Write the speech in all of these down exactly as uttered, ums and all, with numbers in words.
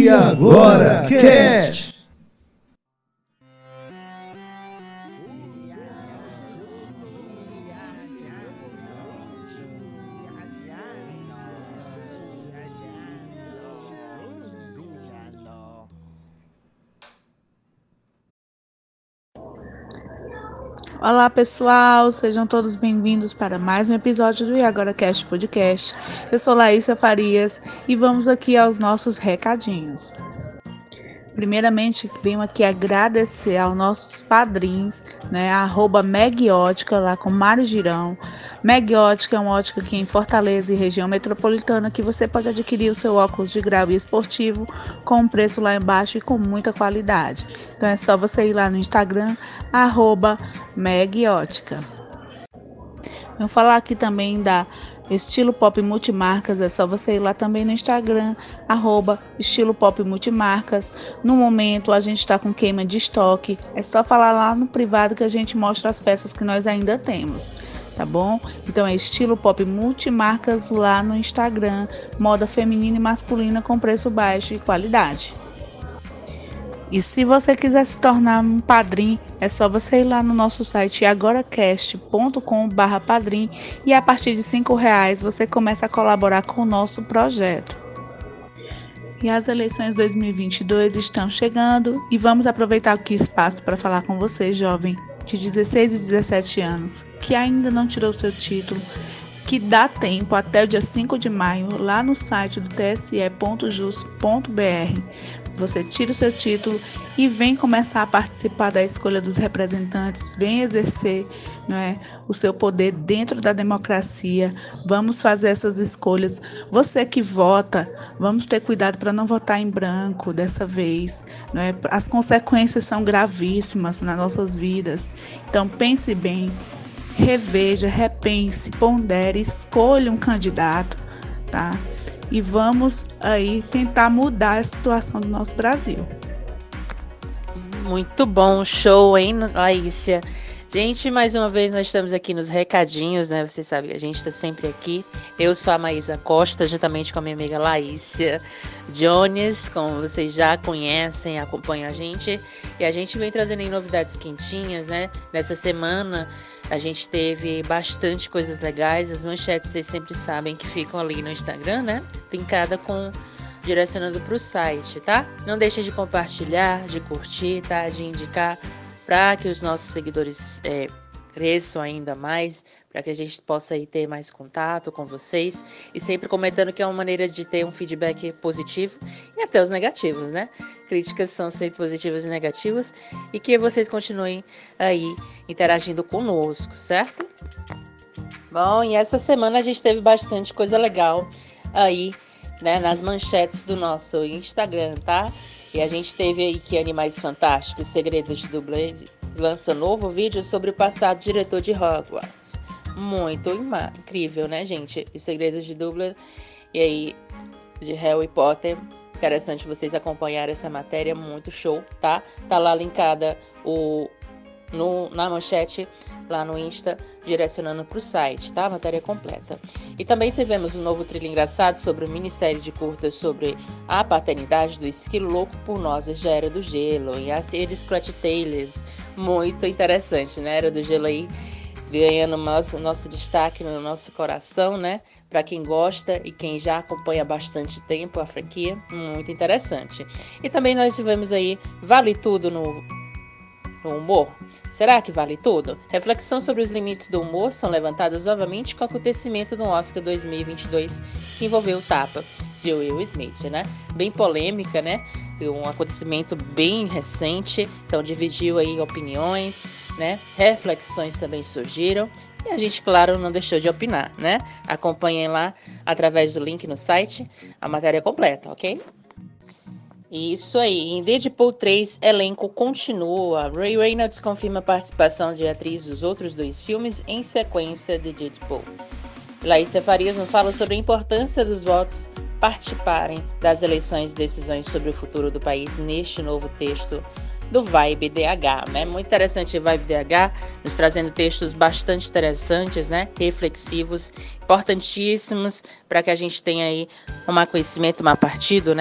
Agora Cast. Olá pessoal, sejam todos bem-vindos para mais um episódio do E Agora Cast Podcast. Eu sou Laísa Farias e vamos aqui aos nossos recadinhos. Primeiramente, venho aqui agradecer aos nossos padrinhos, né, arroba Megótica, lá com Mário Girão. Megótica é uma ótica aqui em Fortaleza e região metropolitana que você pode adquirir o seu óculos de grau e esportivo com um preço lá embaixo e com muita qualidade. Então é só você ir lá no Instagram, arroba Megótica. Vou falar aqui também da Estilo Pop Multimarcas, é só você ir lá também no Instagram, arroba Estilo Pop Multimarcas. No momento a gente está com queima de estoque, é só falar lá no privado que a gente mostra as peças que nós ainda temos, tá bom? Então é Estilo Pop Multimarcas lá no Instagram, moda feminina e masculina com preço baixo e qualidade. E se você quiser se tornar um padrinho, é só você ir lá no nosso site agoracast ponto com barra padrim e a partir de cinco reais você começa a colaborar com o nosso projeto. E as eleições dois mil e vinte e dois estão chegando e vamos aproveitar aqui o espaço para falar com você, jovem de dezesseis e dezessete anos, que ainda não tirou seu título, que dá tempo até o dia cinco de maio lá no site do t s e ponto jus ponto b r. Você tira o seu título e vem começar a participar da escolha dos representantes, vem exercer, não é, o seu poder dentro da democracia. Vamos fazer essas escolhas. Você que vota, vamos ter cuidado para não votar em branco dessa vez. Não é? As consequências são gravíssimas nas nossas vidas. Então pense bem, reveja, repense, pondere, escolha um candidato, tá? E vamos aí tentar mudar a situação do nosso Brasil. Muito bom, show, hein, Laícia? Gente, mais uma vez nós estamos aqui nos recadinhos, né? Vocês sabem que a gente está sempre aqui. Eu sou a Maísa Costa, juntamente com a minha amiga Laícia Jones, como vocês já conhecem, acompanham a gente. E a gente vem trazendo aí novidades quentinhas, né? Nessa semana a gente teve bastante coisas legais. As manchetes vocês sempre sabem que ficam ali no Instagram, né? Linkada com... direcionando para o site, tá? Não deixe de compartilhar, de curtir, tá? De indicar para que os nossos seguidores é, cresçam ainda mais, para que a gente possa aí ter mais contato com vocês e sempre comentando que é uma maneira de ter um feedback positivo e até os negativos, né? Críticas são sempre positivas e negativas e que vocês continuem aí interagindo conosco, certo? Bom, e essa semana a gente teve bastante coisa legal aí, né, nas manchetes do nosso Instagram, tá? E a gente teve aí que Animais Fantásticos, Segredos de Dumbledore lança novo vídeo sobre o passado diretor de Hogwarts. Muito ima- incrível, né, gente? Os Segredos de Dumbledore e aí de Harry Potter. Interessante vocês acompanharem essa matéria, muito show, tá? Tá lá linkada o No, na manchete, lá no Insta, direcionando para o site, tá? A matéria completa. E também tivemos um novo trilho engraçado sobre uma minissérie de curtas sobre a paternidade do esquilo louco por nozes da Era do Gelo, e a série de Scratch Tailors, muito interessante, né? Era do Gelo aí, ganhando nosso, nosso destaque no nosso coração, né? Para quem gosta e quem já acompanha há bastante tempo a franquia, muito interessante. E também nós tivemos aí Vale Tudo no... no humor? Será que vale tudo? Reflexão sobre os limites do humor são levantadas novamente com o acontecimento do Oscar dois mil e vinte e dois que envolveu o tapa de Will Smith, né? Bem polêmica, né? Um acontecimento bem recente, então dividiu aí opiniões, né? Reflexões também surgiram e a gente, claro, não deixou de opinar, né? Acompanhem lá através do link no site a matéria completa, ok? Isso aí, em Deadpool três, elenco continua. Ray Reynolds confirma a participação de atriz dos outros dois filmes em sequência de Deadpool. Laísa Farias nos fala sobre a importância dos votos participarem das eleições e decisões sobre o futuro do país neste novo texto do Vibe D H, né? Muito interessante o Vibe D H, nos trazendo textos bastante interessantes, né? Reflexivos, importantíssimos para que a gente tenha aí tomar conhecimento, tomar partido, né?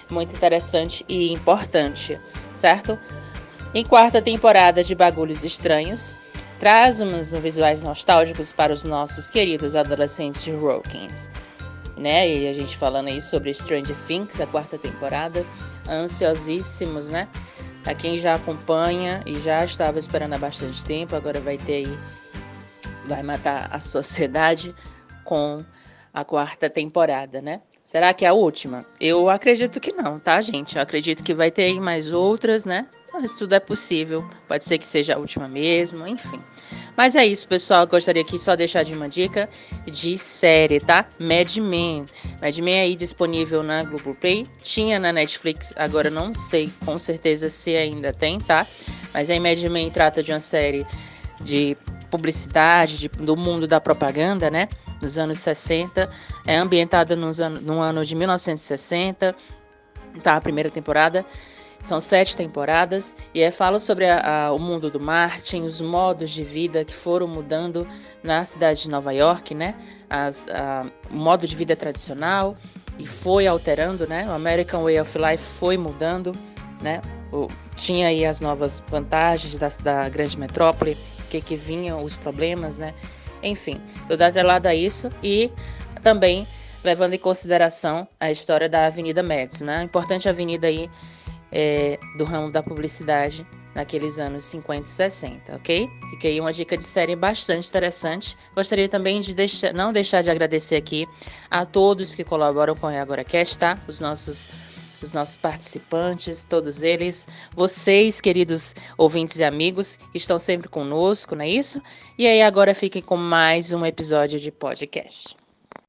muito interessante e importante, certo? Em quarta temporada de Bagulhos Estranhos, traz uns visuais nostálgicos para os nossos queridos adolescentes Rokins, né? E a gente falando aí sobre Stranger Things, a quarta temporada, ansiosíssimos, né? A quem já acompanha e já estava esperando há bastante tempo, agora vai ter aí, vai matar a sociedade com a quarta temporada, né? Será que é a última? Eu acredito que não, tá, gente? Eu acredito que vai ter aí mais outras, né? Mas tudo é possível. Pode ser que seja a última mesmo, enfim. Mas é isso, pessoal. Eu gostaria aqui só deixar de uma dica de série, tá? Mad Men. Mad Men aí disponível na Globoplay. Tinha na Netflix, agora não sei com certeza se ainda tem, tá? Mas aí Mad Men trata de uma série de publicidade, de, do mundo da propaganda, né? Nos anos sessenta. É ambientada nos an- no ano de mil novecentos e sessenta. Tá? A primeira temporada. São sete temporadas e é, fala sobre a, a, o mundo do marketing, os modos de vida que foram mudando na cidade de Nova York, né? As, a, o modo de vida tradicional e foi alterando, né? O American Way of Life foi mudando, né? O, tinha aí as novas vantagens da, da grande metrópole, que, que vinham os problemas, né? Enfim, tudo atrelado a isso e também levando em consideração a história da Avenida Madison, né? Importante avenida aí É, do ramo da publicidade naqueles anos cinquenta e sessenta, ok? Fica aí uma dica de série bastante interessante. Gostaria também de deixar, não deixar de agradecer aqui a todos que colaboram com o AgoraCast, tá? Os nossos, os nossos participantes, todos eles, vocês, queridos ouvintes e amigos, estão sempre conosco, não é isso? E aí agora fiquem com mais um episódio de podcast.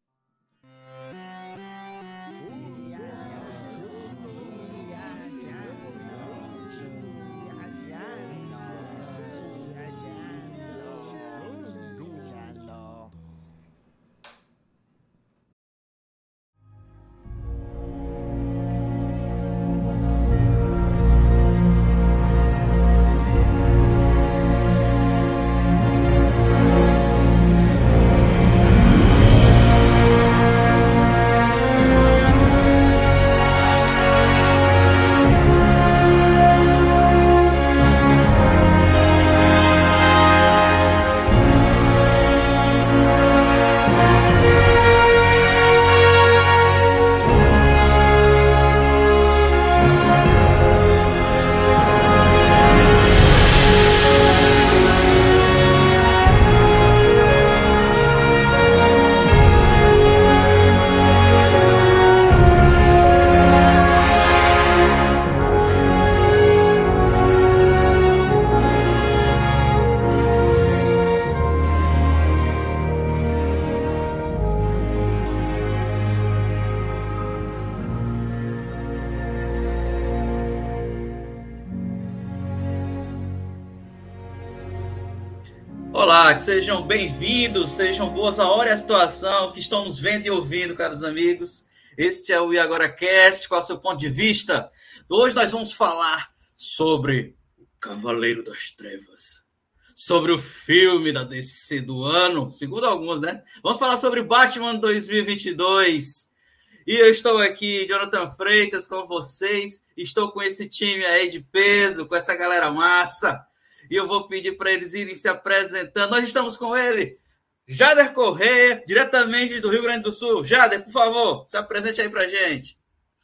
Olá, sejam bem-vindos, sejam boas a hora e a situação que estamos vendo e ouvindo, caros amigos. Este é o AgoraCast, qual é o seu ponto de vista? Hoje nós vamos falar sobre o Cavaleiro das Trevas, sobre o filme da D C do ano, segundo alguns, né? Vamos falar sobre Batman dois mil e vinte e dois. E eu estou aqui, Jonathan Freitas, com vocês. Estou com esse time aí de peso, com essa galera massa. E eu vou pedir para eles irem se apresentando. Nós estamos com ele, Jader Correia, diretamente do Rio Grande do Sul. Jader, por favor, se apresente aí para a gente.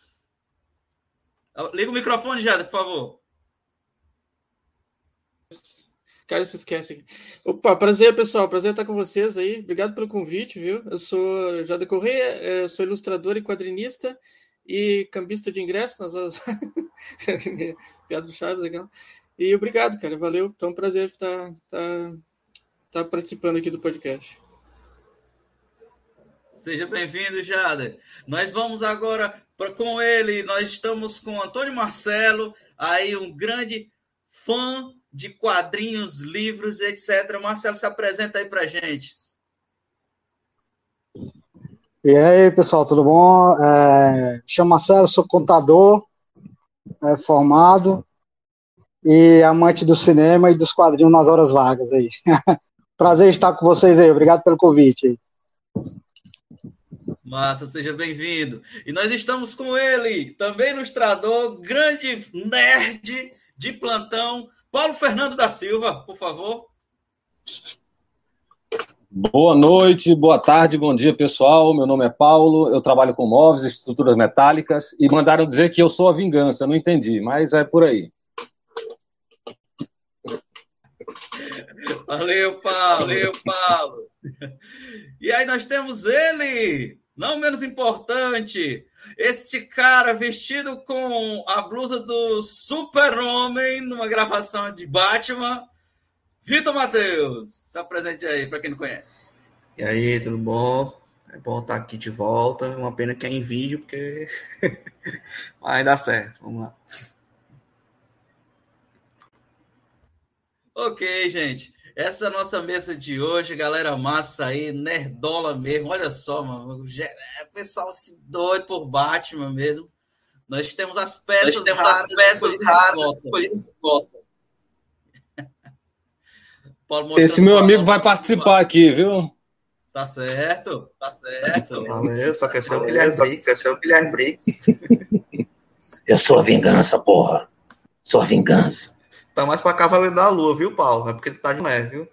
Liga o microfone, Jader, por favor. Cara, se esquece. Opa, prazer, pessoal. Prazer estar com vocês aí. Obrigado pelo convite, viu? Eu sou Jader Correia, sou ilustrador e quadrinista e cambista de ingresso nas horas... Piada do Chaves, legal. E obrigado, cara. Valeu. Então, é um prazer estar, estar, estar participando aqui do podcast. Seja bem-vindo, Jader. Nós vamos agora pra, com ele. Nós estamos com Antônio Marcelo, aí um grande fã de quadrinhos, livros, etcétera. Marcelo, se apresenta aí pra gente. E aí, pessoal, tudo bom? É, me chamo Marcelo, sou contador é, formado e amante do cinema e dos quadrinhos nas horas vagas aí. Prazer estar com vocês aí, obrigado pelo convite. Massa, seja bem-vindo. E nós estamos com ele, também ilustrador, grande nerd de plantão, Paulo Fernando da Silva, por favor. Boa noite, boa tarde, bom dia, pessoal. Meu nome é Paulo, eu trabalho com móveis, estruturas metálicas, e mandaram dizer que eu sou a vingança, não entendi, mas é por aí. Valeu, Paulo. Valeu, Paulo. E aí nós temos ele, não menos importante, este cara vestido com a blusa do Super-Homem numa gravação de Batman, Vitor Matheus. Se apresente aí, para quem não conhece. E aí, tudo bom? É bom estar aqui de volta. Uma pena que é em vídeo, porque vai dar certo. Vamos lá. Ok, gente. Essa é a nossa mesa de hoje, galera massa aí, nerdola mesmo. Olha só, mano, o pessoal se doido por Batman mesmo. Nós temos as peças Nós temos raras, as peças raras Esse meu amigo vai participar aqui, viu? Tá certo, tá certo. Valeu, só quer ser o Guilherme Briggs. Quer ser o Guilherme Briggs. Eu sou a vingança, porra. Sou a vingança. Tá mais pra Cavaleiro da Lua, viu, Paulo? É porque tu tá de leve, viu?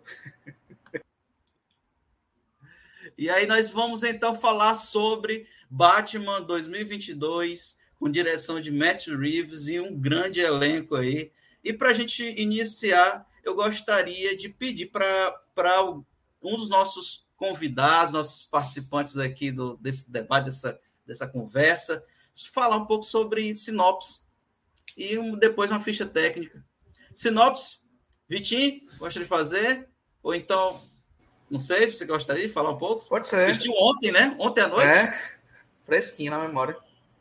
E aí nós vamos então falar sobre Batman dois mil e vinte e dois, com direção de Matt Reeves e um grande elenco aí. E para a gente iniciar, eu gostaria de pedir para um dos nossos convidados, nossos participantes aqui do, desse debate, dessa, dessa conversa, falar um pouco sobre sinopse e um, depois uma ficha técnica. Sinopse, Vitinho, gosta de fazer? Ou então, não sei, você gostaria de falar um pouco? Pode ser. Assistiu ontem, né? Ontem à noite? É, fresquinho na memória.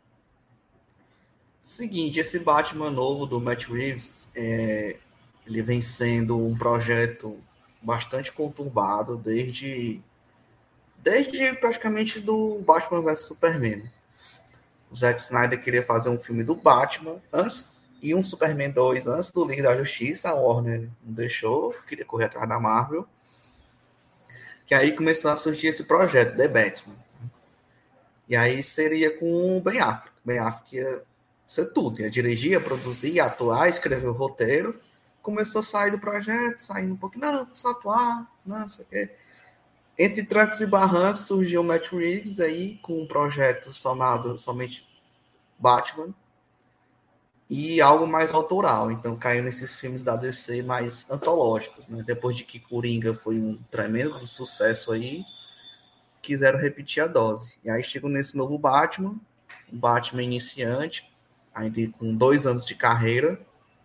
Seguinte, esse Batman novo do Matt Reeves, é, ele vem sendo um projeto bastante conturbado desde, desde praticamente do Batman versus Superman. O Zack Snyder queria fazer um filme do Batman antes e um Superman dois antes do Liga da Justiça. A Warner não deixou, queria correr atrás da Marvel. Que aí começou a surgir esse projeto, The Batman. E aí seria com o Ben Affleck. Ben Affleck ia ser tudo, ia dirigir, ia produzir, ia atuar, escrever o roteiro. Começou a sair do projeto, saindo um pouquinho, não, não só atuar, não sei o quê. Entre trancos e barrancos surgiu o Matt Reeves aí com um projeto somado somente Batman e algo mais autoral. Então caiu nesses filmes da D C mais antológicos, né? Depois de que Coringa foi um tremendo sucesso aí, quiseram repetir a dose. E aí chegou nesse novo Batman, um Batman iniciante, ainda com dois anos de carreira,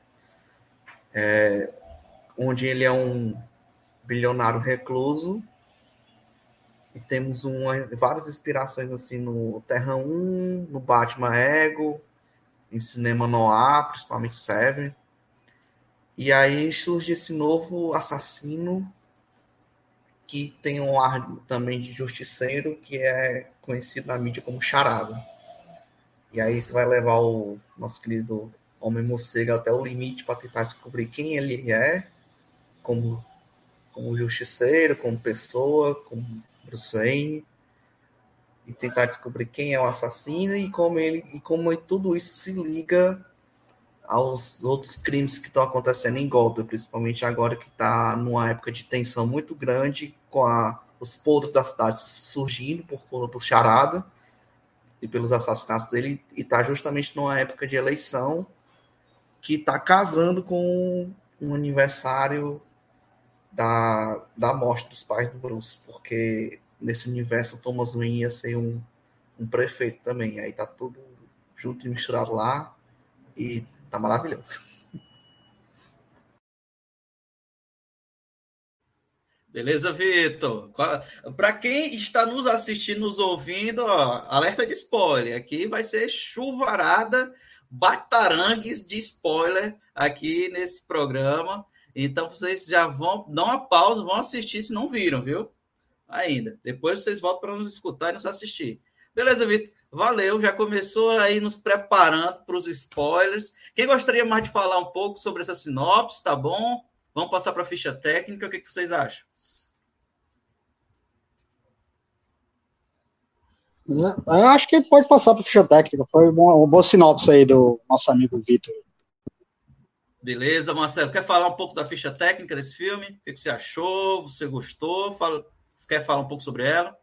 é, onde ele é um bilionário recluso. E temos uma, várias inspirações assim no Terra um, no Batman Ego, em cinema noir, principalmente Seven. E aí surge esse novo assassino que tem um ar também de justiceiro, que é conhecido na mídia como Charada. E aí isso vai levar o nosso querido Homem-Morcego até o limite para tentar descobrir quem ele é, como, como justiceiro, como pessoa, como Bruce Wayne, e tentar descobrir quem é o assassino e como ele e como tudo isso se liga aos outros crimes que estão acontecendo em Gotham, principalmente agora que está numa época de tensão muito grande, com a, os podres da cidade surgindo por conta do Charada e pelos assassinatos dele, e está justamente numa época de eleição que está casando com um aniversário da, da morte dos pais do Bruce, porque nesse universo Thomas Wayne ia ser um, um prefeito também, aí tá tudo junto e misturado lá, e tá maravilhoso. Beleza, Vitor? Para quem está nos assistindo, nos ouvindo, ó, alerta de spoiler. Aqui vai ser chuvarada, batarangues de spoiler aqui nesse programa. Então vocês já vão dar uma pausa, vão assistir se não viram, viu? Ainda. Depois vocês voltam para nos escutar e nos assistir. Beleza, Vitor? Valeu, já começou aí nos preparando para os spoilers. Quem gostaria mais de falar um pouco sobre essa sinopse, tá bom? Vamos passar para a ficha técnica, o que, que vocês acham? É, eu acho que pode passar para ficha técnica. Foi uma, uma boa sinopse aí do nosso amigo Vitor. Beleza, Marcelo. Quer falar um pouco da ficha técnica desse filme? O que você achou? Você gostou? Fala... Quer falar um pouco sobre ela?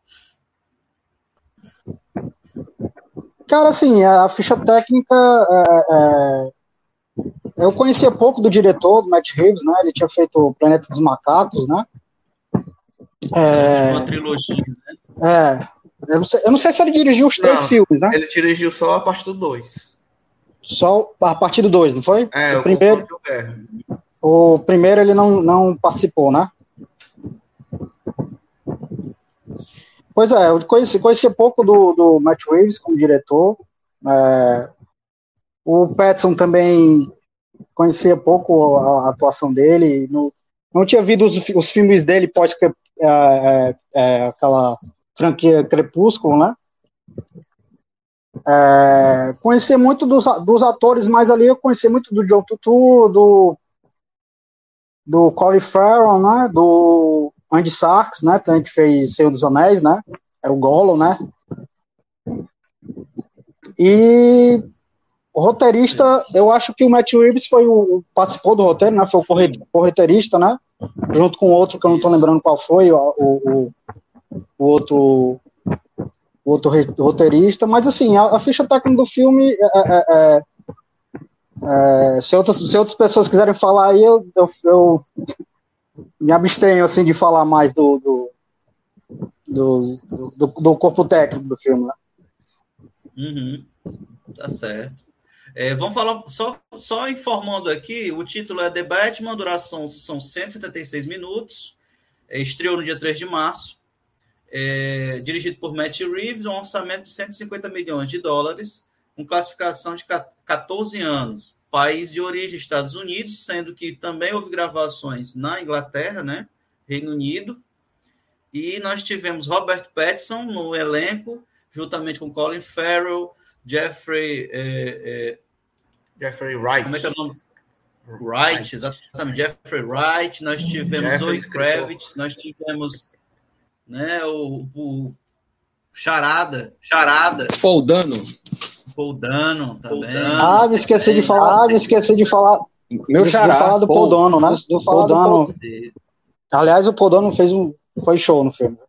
Cara, assim, a ficha técnica... É, é... Eu conhecia pouco do diretor, do Matt Reeves, né? Ele tinha feito o Planeta dos Macacos, né? É... Uma trilogia, né? É... Eu não, sei, eu não sei se ele dirigiu os três não, filmes, né? Ele dirigiu só a parte do dois. Só a partir do dois, não foi? É, o primeiro, o primeiro ele não, não participou, né? Pois é, eu conheci, conheci pouco do, do Matt Reeves como diretor. É, o Pattinson também conhecia pouco a, a atuação dele. Não, não tinha visto os, os filmes dele pós é, é, é, aquela franquia Crepúsculo, né? É, conheci muito dos, dos atores, mas ali eu conheci muito do John Turturro, do do Colin Farrell, né? Do Andy Serkis, né? Também que fez Senhor dos Anéis, né? Era o Gollum, né? E o roteirista, eu acho que o Matt Reeves foi o participou do roteiro, né? Foi o roteirista, né? Junto com outro que eu não estou lembrando qual foi, o, o, o outro o outro roteirista, mas assim, a, a ficha técnica do filme é, é, é, é, se, outras, se outras pessoas quiserem falar aí, eu, eu, eu me abstenho assim, de falar mais do do, do, do, do corpo técnico do filme, né? Uhum, tá certo. É, vamos falar, só, só informando aqui, o título é The Batman, a duração são cento e setenta e seis minutos, é, estreou no dia três de março, é, dirigido por Matt Reeves, um orçamento de cento e cinquenta milhões de dólares, com classificação de catorze anos, país de origem Estados Unidos, sendo que também houve gravações na Inglaterra, né, Reino Unido, e nós tivemos Robert Pattinson no elenco, juntamente com Colin Farrell, Jeffrey... É, é, Jeffrey Wright. Como é que é o nome? Wright, exatamente. Jeffrey Wright. Nós tivemos Zoe Kravitz, nós tivemos, né, o, o Charada. Charada. Paul Dano. Paul Dano também. Ah, me esqueci de falar. Ah, me esqueci de falar. Meu xará. De falar do Paul Dano, né? Do Paul Dano. Aliás, o Paul Dano fez um... Foi show no filme.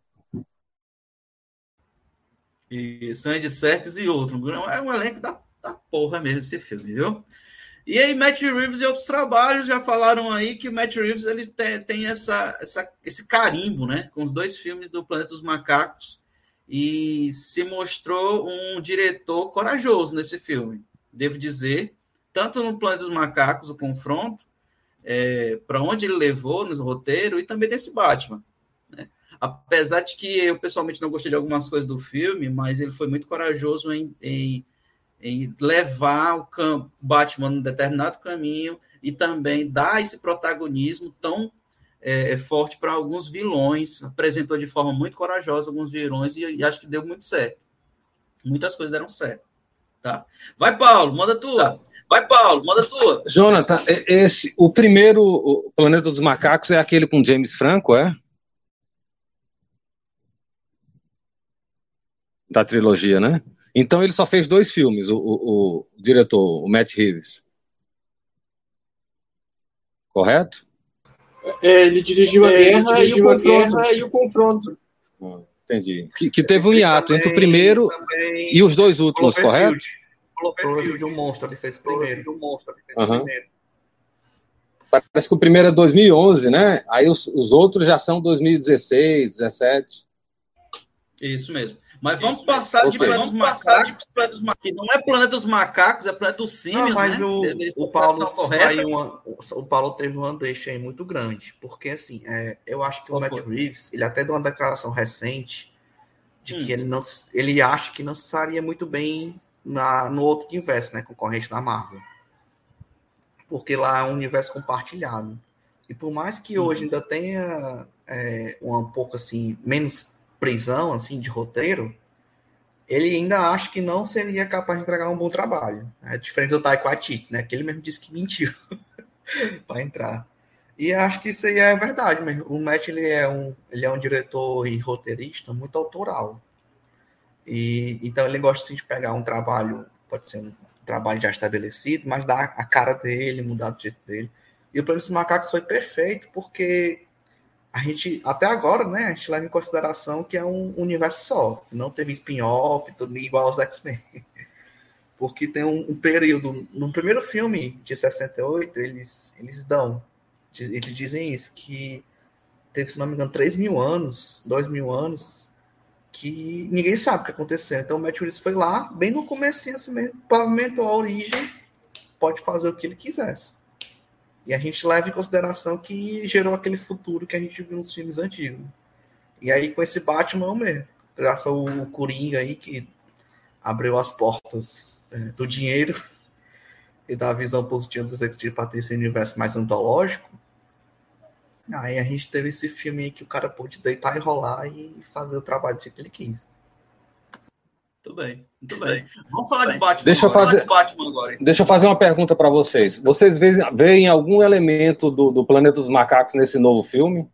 Isso, Andy Serkis e outro. É um elenco da, da porra mesmo esse filme, viu? E aí, Matt Reeves e outros trabalhos já falaram aí que o Matt Reeves ele tem, tem essa, essa, esse carimbo, né? Com os dois filmes do Planeta dos Macacos. E se mostrou um diretor corajoso nesse filme, devo dizer. Tanto no Planeta dos Macacos, o confronto, é, para onde ele levou no roteiro, e também desse Batman. Apesar de que eu pessoalmente não gostei de algumas coisas do filme, mas ele foi muito corajoso em, em, em levar o campo, Batman num determinado caminho e também dar esse protagonismo tão é, forte para alguns vilões. Apresentou de forma muito corajosa alguns vilões e, e acho que deu muito certo. Muitas coisas deram certo. Tá? Vai, Paulo, manda tua. Vai, Paulo, manda tua. Jonathan, esse, o primeiro o Planeta dos Macacos é aquele com James Franco, é? Da trilogia, né? Então ele só fez dois filmes, o, o, o diretor, o Matt Reeves. Correto? É, ele dirigiu a é, guerra, dirigiu e, o a guerra e o confronto. Ah, entendi. Que, que teve um hiato entre o primeiro e os dois últimos, correto? O Cloverfield de um monstro, ele fez primeiro. Um monstro, ele fez uhum. primeiro. Parece que o primeiro é dois mil e onze, né? Aí os, os outros já são dois mil e dezesseis, dezessete. Isso mesmo. Mas vamos Isso, passar okay. de Planeta dos Macacos para dos Macacos. Não é Planeta dos Macacos, é Planeta dos Símios, não, mas né? O, o, Paulo uma, o Paulo teve uma deixa aí muito grande. Porque, assim, é, eu acho que o Qual Matt foi? Reeves, ele até deu uma declaração recente de hum. que ele, não, ele acha que não se sairia muito bem na, no outro universo, né? Concorrente da Marvel. Porque lá é um universo compartilhado. E por mais que hum. hoje ainda tenha é, um pouco, assim, menos... prisão, assim, de roteiro, ele ainda acha que não seria capaz de entregar um bom trabalho. É diferente do Taika Waititi, né? Que ele mesmo disse que mentiu para entrar. E acho que isso aí é verdade mesmo. O Matt, ele é um, ele é um diretor e roteirista muito autoral. E, então ele gosta assim, de pegar um trabalho, pode ser um trabalho já estabelecido, mas dar a cara dele, mudar do jeito dele. E o Planeta dos Macacos foi perfeito, porque a gente, até agora, né, a gente leva em consideração que é um universo só, que não teve spin-off, tudo igual aos X-Men. Porque tem um, um período, no primeiro filme de sessenta e oito, eles, eles dão, eles dizem isso, que teve, se não me engano, três mil anos, dois mil anos, que ninguém sabe o que aconteceu. Então o Matt Reeves foi lá, bem no comecinho assim mesmo, pavimentou a origem, pode fazer o que ele quisesse. E a gente leva em consideração que gerou aquele futuro que a gente viu nos filmes antigos. E aí com esse Batman mesmo, graças ao Coringa aí, que abriu as portas é, do dinheiro e da visão positiva dos executivos para ter esse universo mais antológico, aí a gente teve esse filme aí que o cara pôde deitar e rolar e fazer o trabalho que ele quis. Muito bem, muito bem. Vamos falar de Batman deixa agora. Eu fazer, de Batman agora. Deixa eu fazer uma pergunta para vocês. Vocês veem, veem algum elemento do, do Planeta dos Macacos nesse novo filme?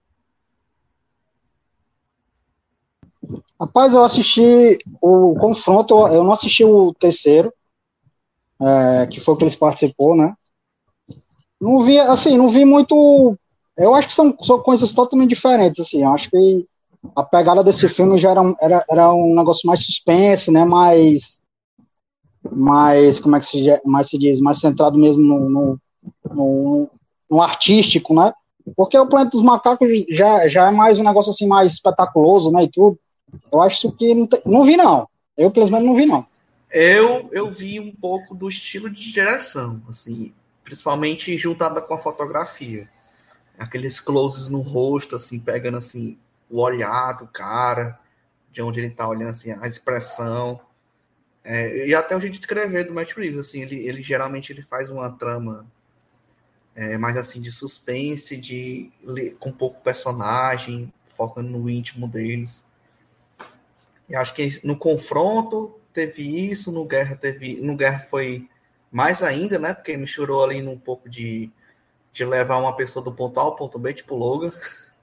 Rapaz, eu assisti o confronto, eu não assisti o terceiro, é, que foi o que eles participou, né? Não vi, assim, não vi muito. Eu acho que são, são coisas totalmente diferentes, assim. Eu acho que a pegada desse filme já era, era, era um negócio mais suspense, né? Mais, mais como é que se, mais se diz? Mais centrado mesmo no, no, no, no artístico, né? Porque o Planeta dos Macacos já, já é mais um negócio assim mais espetaculoso, né? E tudo. Eu acho que não, tem, não vi, não. Eu, pelo menos, não vi, não. Eu, eu vi um pouco do estilo de direção, assim, principalmente juntada com a fotografia. Aqueles closes no rosto, assim, pegando, assim, o olhar do cara, de onde ele tá olhando, assim, a expressão. É, e até o jeito de escrever do Matt Reeves, assim, ele, ele geralmente ele faz uma trama é, mais, assim, de suspense, de, com pouco personagem, focando no íntimo deles. Eu acho que no confronto teve isso, no Guerra teve, no Guerra foi mais ainda, né? Porque misturou ali num pouco de, de levar uma pessoa do ponto A ao ponto B, tipo Logan.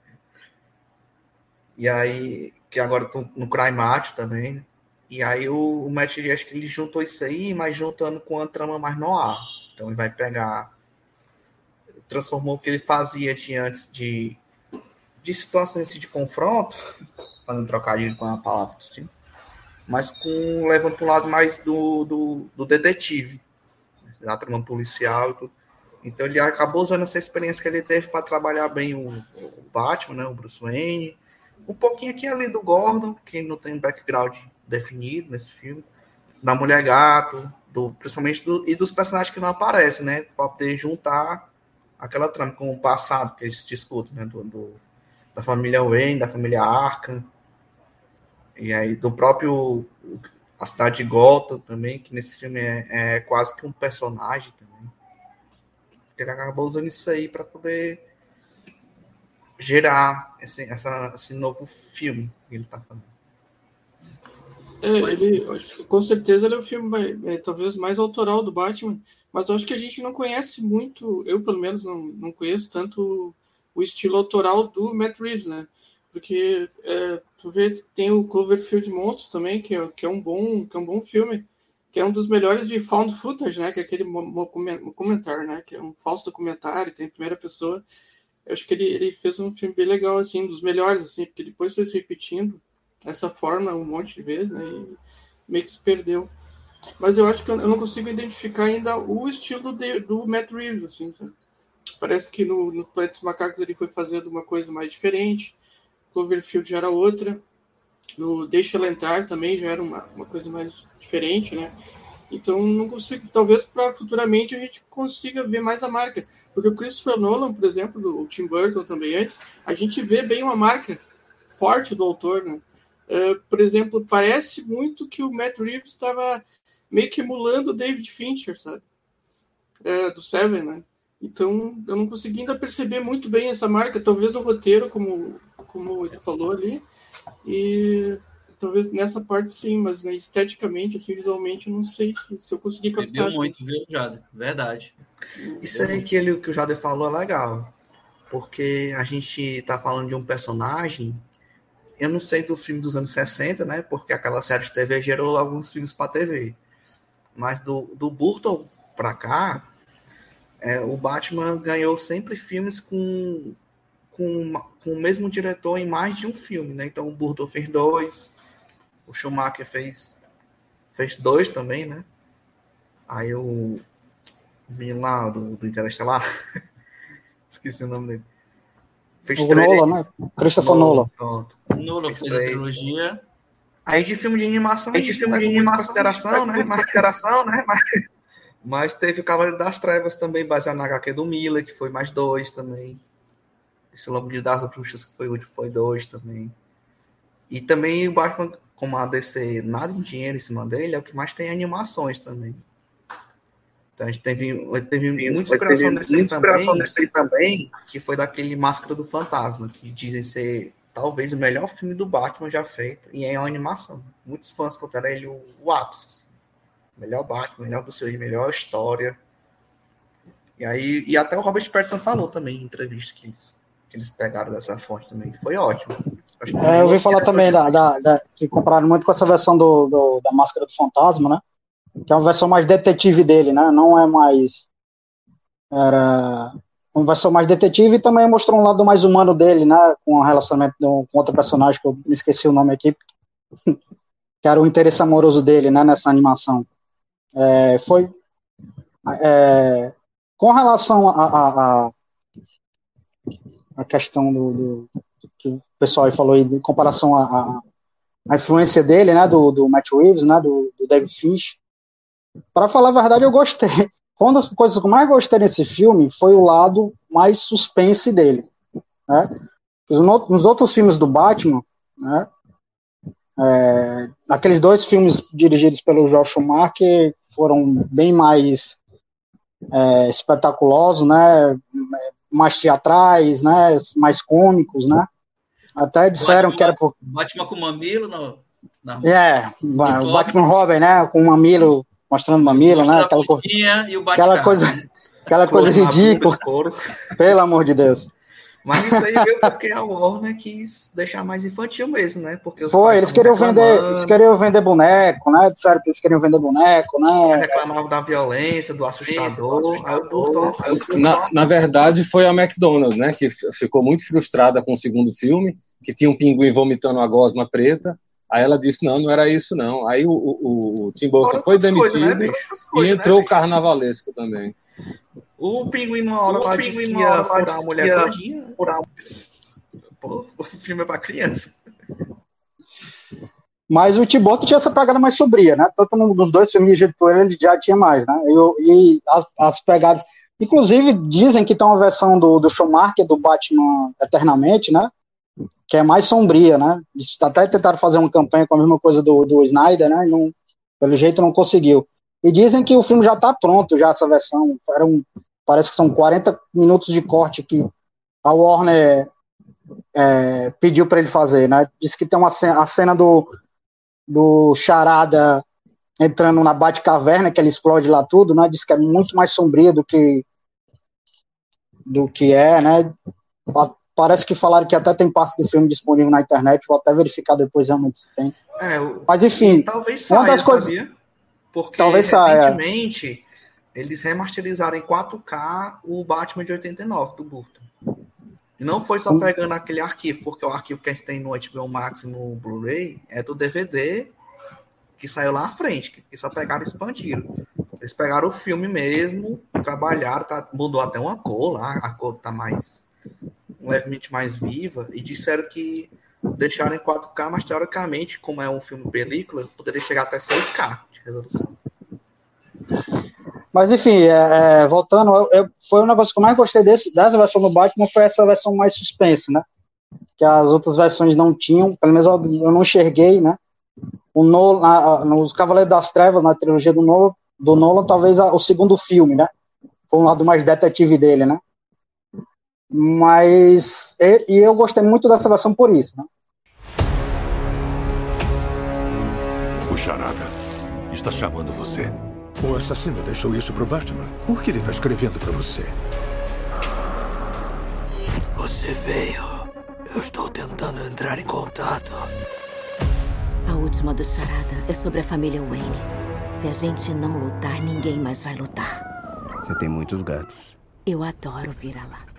E aí, que agora tô no Crime Match também, né? E aí o, o Matt, acho que ele juntou isso aí, mas juntando com a trama mais noir. Então ele vai pegar, transformou o que ele fazia de antes de, de situações de confronto, fazendo trocadilho com a palavra do filme, mas com, levando para o lado mais do, do, do detetive, da trama policial e tudo. Então ele acabou usando essa experiência que ele teve para trabalhar bem o, o Batman, né, o Bruce Wayne, um pouquinho aqui ali do Gordon, que não tem background definido nesse filme, da Mulher Gato, do, principalmente do, e dos personagens que não aparecem, né, para poder juntar aquela trama com o passado que eles discutem, né, do, do, da família Wayne, da família Arkham, e aí do próprio a cidade de Gotham também, que nesse filme é, é quase que um personagem também. Ele acabou usando isso aí para poder gerar esse, essa, esse novo filme que ele está fazendo. É, ele, com certeza ele é o filme é, talvez mais autoral do Batman, mas eu acho que a gente não conhece muito, eu pelo menos não, não conheço tanto o estilo autoral do Matt Reeves, né? Porque é, tu vê, tem o Cloverfield Monstro também, que é, que, é um bom, que é um bom filme, que é um dos melhores de found footage, né? Que é aquele documentário, né? Que é um falso documentário, tem em primeira pessoa. Eu acho que ele, ele fez um filme bem legal, assim, um dos melhores, assim, porque depois foi se repetindo essa forma um monte de vezes, né? E meio que se perdeu. Mas eu acho que eu não consigo identificar ainda o estilo de, do Matt Reeves, assim, sabe? Parece que no, no Planeta dos Macacos ele foi fazendo uma coisa mais diferente. Cloverfield já era outra. No Deixa Ela Entrar também já era uma, uma coisa mais diferente, né? Então não consigo, talvez para futuramente a gente consiga ver mais a marca. Porque o Christopher Nolan, por exemplo, do Tim Burton também antes, a gente vê bem uma marca forte do autor, né? Uh, por exemplo, parece muito que o Matt Reeves estava meio que emulando o David Fincher, sabe? Uh, do Seven, né? Então eu não consegui ainda perceber muito bem essa marca, talvez no roteiro, como, como ele falou ali, e talvez nessa parte sim, mas né, esteticamente, assim, visualmente, eu não sei se, se eu consegui captar. Deu muito, viu, Jader? Verdade. Isso aí que, ele, que o Jader falou é legal, porque a gente tá falando de um personagem eu não sei do filme dos anos sessenta, né? Porque aquela série de T V gerou alguns filmes para T V. Mas do, do Burton para cá, é, o Batman ganhou sempre filmes com, com, com o mesmo diretor em mais de um filme, né? Então o Burton fez dois, o Schumacher fez, fez dois também, né? Aí o menino lá do, do Interestelar, esqueci o nome dele. Fez o três. Nolan, né? Christopher Nolan. Pronto. Nolan fez a trilogia. Aí de filme de animação, aí de filme de animação, consideração, né? Mas, consideração, né? Mas, mas teve o Cavaleiro das Trevas também, baseado na H Q do Miller, que foi mais dois também. Esse Longo de das Bruxas, que foi o último, foi dois também. E também o Batman, como a D C nada de dinheiro em cima dele, é o que mais tem animações também. Então a gente teve, teve muita inspiração nesse aí também, também, que foi daquele Máscara do Fantasma, que dizem ser talvez o melhor filme do Batman já feito, e é uma animação. Muitos fãs consideram ele o, o ápice. Assim. Melhor Batman, melhor do seu, melhor história. E aí, e até o Robert Pattinson falou também em entrevista que eles, que eles pegaram dessa fonte também, que foi ótimo. Acho que é, eu ouvi falar também da, da, da, que compraram muito com essa versão do, do, da Máscara do Fantasma, né? Que é uma versão mais detetive dele, né? Não é mais... Era uma versão mais detetive e também mostrou um lado mais humano dele, né? Com o relacionamento com outro personagem, que eu me esqueci o nome aqui, que era o interesse amoroso dele, né? Nessa animação. É, foi... É, com relação a, a, a, a questão do, do... que o pessoal aí falou aí, em comparação a, a, a influência dele, né? Do, do Matt Reeves, né? Do, do David Fincher. Para falar a verdade, eu gostei. Uma das coisas que eu mais gostei nesse filme foi o lado mais suspense dele. Né? Nos outros filmes do Batman, né, é, aqueles dois filmes dirigidos pelo Joel Schumacher foram bem mais é, espetaculosos, né, mais teatrais, né, mais cômicos, né? Até disseram Batman, que era por... Batman com mamilo, não? Não. É, o Batman Robin, né, com mamilo, mostrando mamilo, né, aquela, co... e o aquela coisa, aquela coisa ridícula, pelo amor de Deus. Mas isso aí veio porque a Warner quis deixar mais infantil mesmo, né? Porque os Foi, eles queriam vender, eles queriam vender boneco, né? Disseram que eles queriam vender boneco, né? Reclamavam da violência, do assustador. Do assustador. Aí eu na, na verdade, foi a McDonald's, né? Que ficou muito frustrada com o segundo filme, que tinha um pinguim vomitando a gosma preta. Aí ela disse, não, não era isso, não. Aí o, o, o Tim Burton foi demitido, coisas, né, e entrou né, o carnavalesco também. O pinguim numa hora lá disse que ia furar a mulher todinha. Furar... Pô, o filme é pra criança. Mas o Tim Burton tinha essa pegada mais sombria, né? Tanto nos dois filmes de ele já tinha mais, né? E, e as, as pegadas... Inclusive, dizem que tem uma versão do, do Schumacher, do Batman Eternamente, né? Que é mais sombria, né? Até tentaram fazer uma campanha com a mesma coisa do, do Snyder, né? E não, pelo jeito não conseguiu. E dizem que o filme já está pronto, já essa versão. Era um, parece que são quarenta minutos de corte que a Warner é, pediu para ele fazer, né? Diz que tem uma cena, a cena do, do Charada entrando na Batcaverna, que ele explode lá tudo, né? Diz que é muito mais sombria do que do que é, né? Parece que falaram que até tem parte do filme disponível na internet, vou até verificar depois realmente se tem. É, mas enfim, talvez saia, uma das coisas... sabia? Porque talvez recentemente saia. Eles remasterizaram em quatro K o Batman de oitenta e nove do Burton. E não foi só pegando aquele arquivo, porque o arquivo que a gente tem no H B O Max e no Blu-ray é do D V D que saiu lá à frente, que só pegaram e expandiram. Eles pegaram o filme mesmo, trabalharam, tá, mudou até uma cor lá, a cor tá mais levemente mais viva, e disseram que deixaram em quatro K, mas teoricamente, como é um filme película, poderia chegar até seis K de resolução. Mas enfim, é, é, voltando, eu, eu, foi um negócio que eu mais gostei desse, dessa versão do Batman, foi essa versão mais suspense, né? Que as outras versões não tinham, pelo menos eu, eu não enxerguei, né? O Nolan, na, nos Cavaleiros das Trevas, na trilogia do Nolan, do Nolan talvez a, o segundo filme, né? Foi um lado mais detetive dele, né? Mas e, e eu gostei muito dessa versão por isso, né? O Charada está chamando você. O assassino deixou isso pro Batman. Por que ele está escrevendo para você? Você veio Eu estou tentando entrar em contato. A última do Charada é sobre a família Wayne. Se a gente não lutar, ninguém mais vai lutar. Você tem muitos gatos. Eu adoro vira-lata.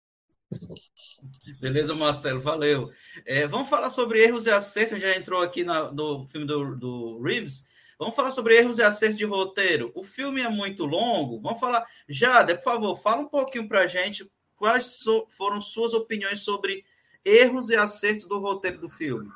Beleza, Marcelo, valeu. É, vamos falar sobre erros e acertos. A gente já entrou aqui na, no filme do, do Reeves. Vamos falar sobre erros e acertos de roteiro. O filme é muito longo. Vamos falar. Jade, por favor, fala um pouquinho pra gente quais so, foram suas opiniões sobre erros e acertos do roteiro do filme.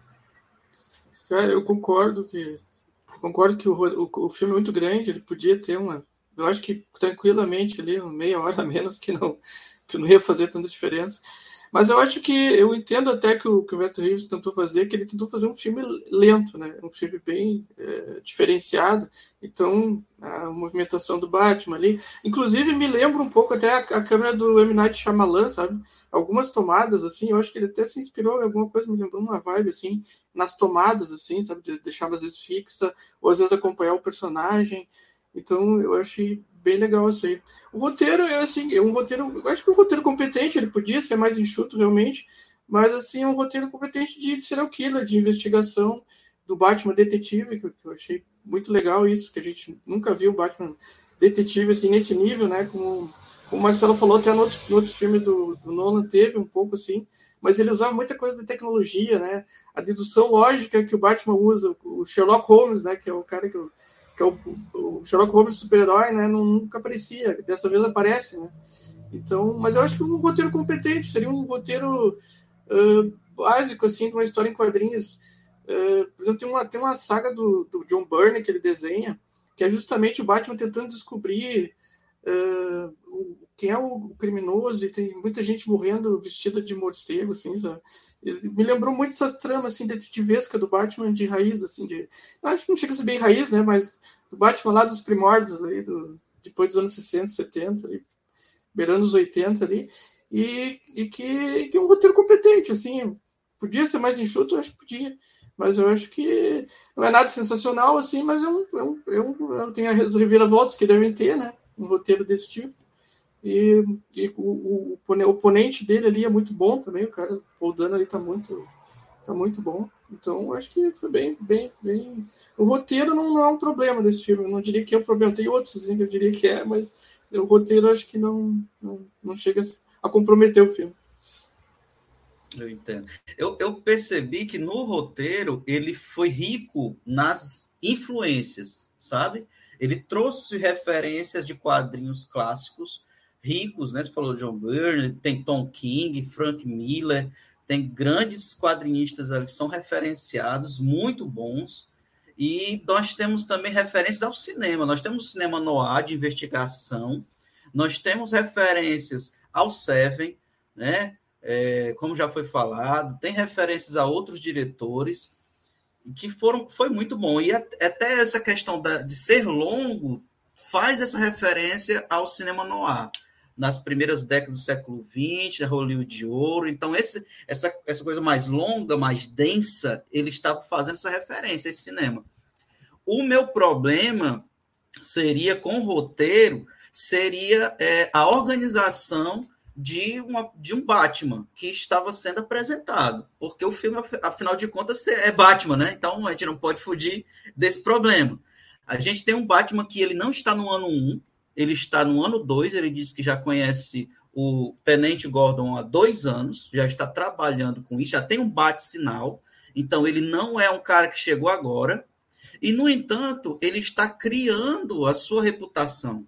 Cara, eu concordo que concordo que o, o, o filme é muito grande. Ele podia ter uma. Eu acho que tranquilamente ali, meia hora a menos, que não, que não ia fazer tanta diferença. Mas eu acho que, eu entendo até que o, que o Matt Reeves tentou fazer, que ele tentou fazer um filme lento, né? Um filme bem é, diferenciado. Então, a movimentação do Batman ali. Inclusive, me lembra um pouco até a, a câmera do M. Night Shyamalan, sabe? Algumas tomadas, assim, eu acho que ele até se inspirou em alguma coisa, me lembrou uma vibe, assim, nas tomadas, assim, sabe? De deixar às vezes fixa, ou às vezes acompanhar o personagem. Então, eu achei bem legal isso aí. O roteiro é assim, é um roteiro, eu acho que é um roteiro competente, ele podia ser mais enxuto realmente, mas assim, é um roteiro competente de serial killer, de investigação do Batman detetive, que eu achei muito legal isso, que a gente nunca viu o Batman detetive assim, nesse nível, né, como, como o Marcelo falou, até no outro, no outro filme do, do Nolan teve um pouco assim, mas ele usava muita coisa de tecnologia, né, a dedução lógica que o Batman usa, o Sherlock Holmes, né, que é o cara que eu que é o, o Sherlock Holmes super-herói, né, nunca aparecia, dessa vez aparece, né, então, mas eu acho que um roteiro competente, seria um roteiro uh, básico, assim, de uma história em quadrinhos, uh, por exemplo, tem uma, tem uma saga do, do John Byrne que ele desenha, que é justamente o Batman tentando descobrir uh, o, quem é o criminoso, e tem muita gente morrendo vestida de morcego, assim, sabe? Ele me lembrou muito essas tramas, assim, detetivesca do Batman de raiz, assim, de... Acho que não chega a ser bem raiz, né, mas do Batman lá dos primórdios, ali, do... depois dos anos sessenta, setenta, ali, beirando os oitenta, ali, e, e que, que é um roteiro competente, assim, podia ser mais enxuto, eu acho que podia, mas eu acho que não é nada sensacional, assim, mas é um... É um, é um tem as reviravoltas que devem ter, né, um roteiro desse tipo. E, e o, o, o oponente dele ali é muito bom também, o cara, o Paul Dano ali tá muito, tá muito bom. Então, acho que foi bem, bem, bem... O roteiro não, não é um problema desse filme, eu não diria que é um problema, tem outros assim, que eu diria que é, mas o roteiro acho que não, não, não chega a comprometer o filme. Eu entendo. Eu, eu percebi que no roteiro ele foi rico nas influências, sabe? Ele trouxe referências de quadrinhos clássicos, ricos, né? Você falou John Byrne, tem Tom King, Frank Miller, tem grandes quadrinistas ali que são referenciados, muito bons, e nós temos também referências ao cinema, nós temos cinema noir de investigação, nós temos referências ao Seven, né? É, como já foi falado, tem referências a outros diretores, que foram, foi muito bom, e até essa questão da, de ser longo faz essa referência ao cinema noir, nas primeiras décadas do século vinte, da Hollywood de ouro. Então, esse, essa, essa coisa mais longa, mais densa, ele estava fazendo essa referência a esse cinema. O meu problema seria, com o roteiro, seria é, a organização de, uma, de um Batman que estava sendo apresentado. Porque o filme, afinal de contas, é Batman, né? Então, a gente não pode fugir desse problema. A gente tem um Batman que ele não está no ano um, ele está no ano dois, ele disse que já conhece o Tenente Gordon há dois anos, já está trabalhando com isso, já tem um bate-sinal, então ele não é um cara que chegou agora, e, no entanto, ele está criando a sua reputação.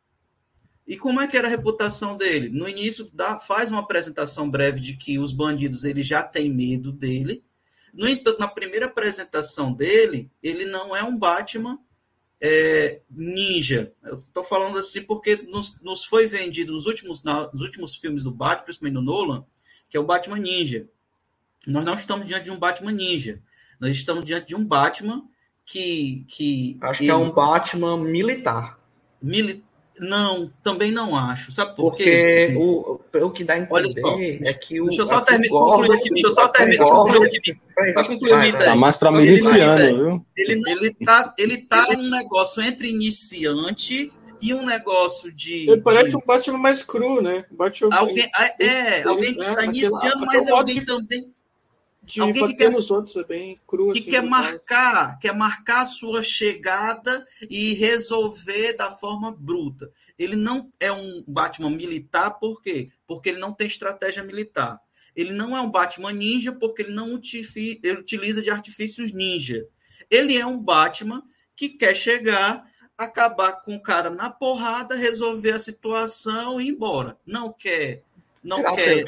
E como é que era a reputação dele? No início, dá, faz uma apresentação breve de que os bandidos ele já têm medo dele, no entanto, na primeira apresentação dele, ele não é um Batman É, ninja. Eu estou falando assim porque nos, nos foi vendido nos últimos, nos últimos filmes do Batman, principalmente do Nolan, que é o Batman Ninja. Nós não estamos diante de um Batman Ninja. Nós estamos diante de um Batman que... que acho ele, que é um Batman militar. Mili, não, também não acho. Sabe por porque quê? Porque o, o que dá a entender só, é que o... Deixa eu só terminar concluir aqui. Deixa eu só terminar aqui. Para concluir a ideia. Tá mais para miliciano, viu? Ele, ele, tá, ele tá num negócio entre iniciante e um negócio de... Ele parece de... um Batman mais cru, né? Batman alguém, é, é, alguém que está iniciando, mas alguém que, também... De alguém bater que quer, nos outros é bem cru. Que assim, quer marcar, quer marcar a sua chegada e resolver da forma bruta. Ele não é um Batman militar, por quê? Porque ele não tem estratégia militar. Ele não é um Batman ninja, porque ele não utifi, ele utiliza de artifícios ninja. Ele é um Batman que quer chegar, acabar com o cara na porrada, resolver a situação e ir embora. Não quer... Não quer...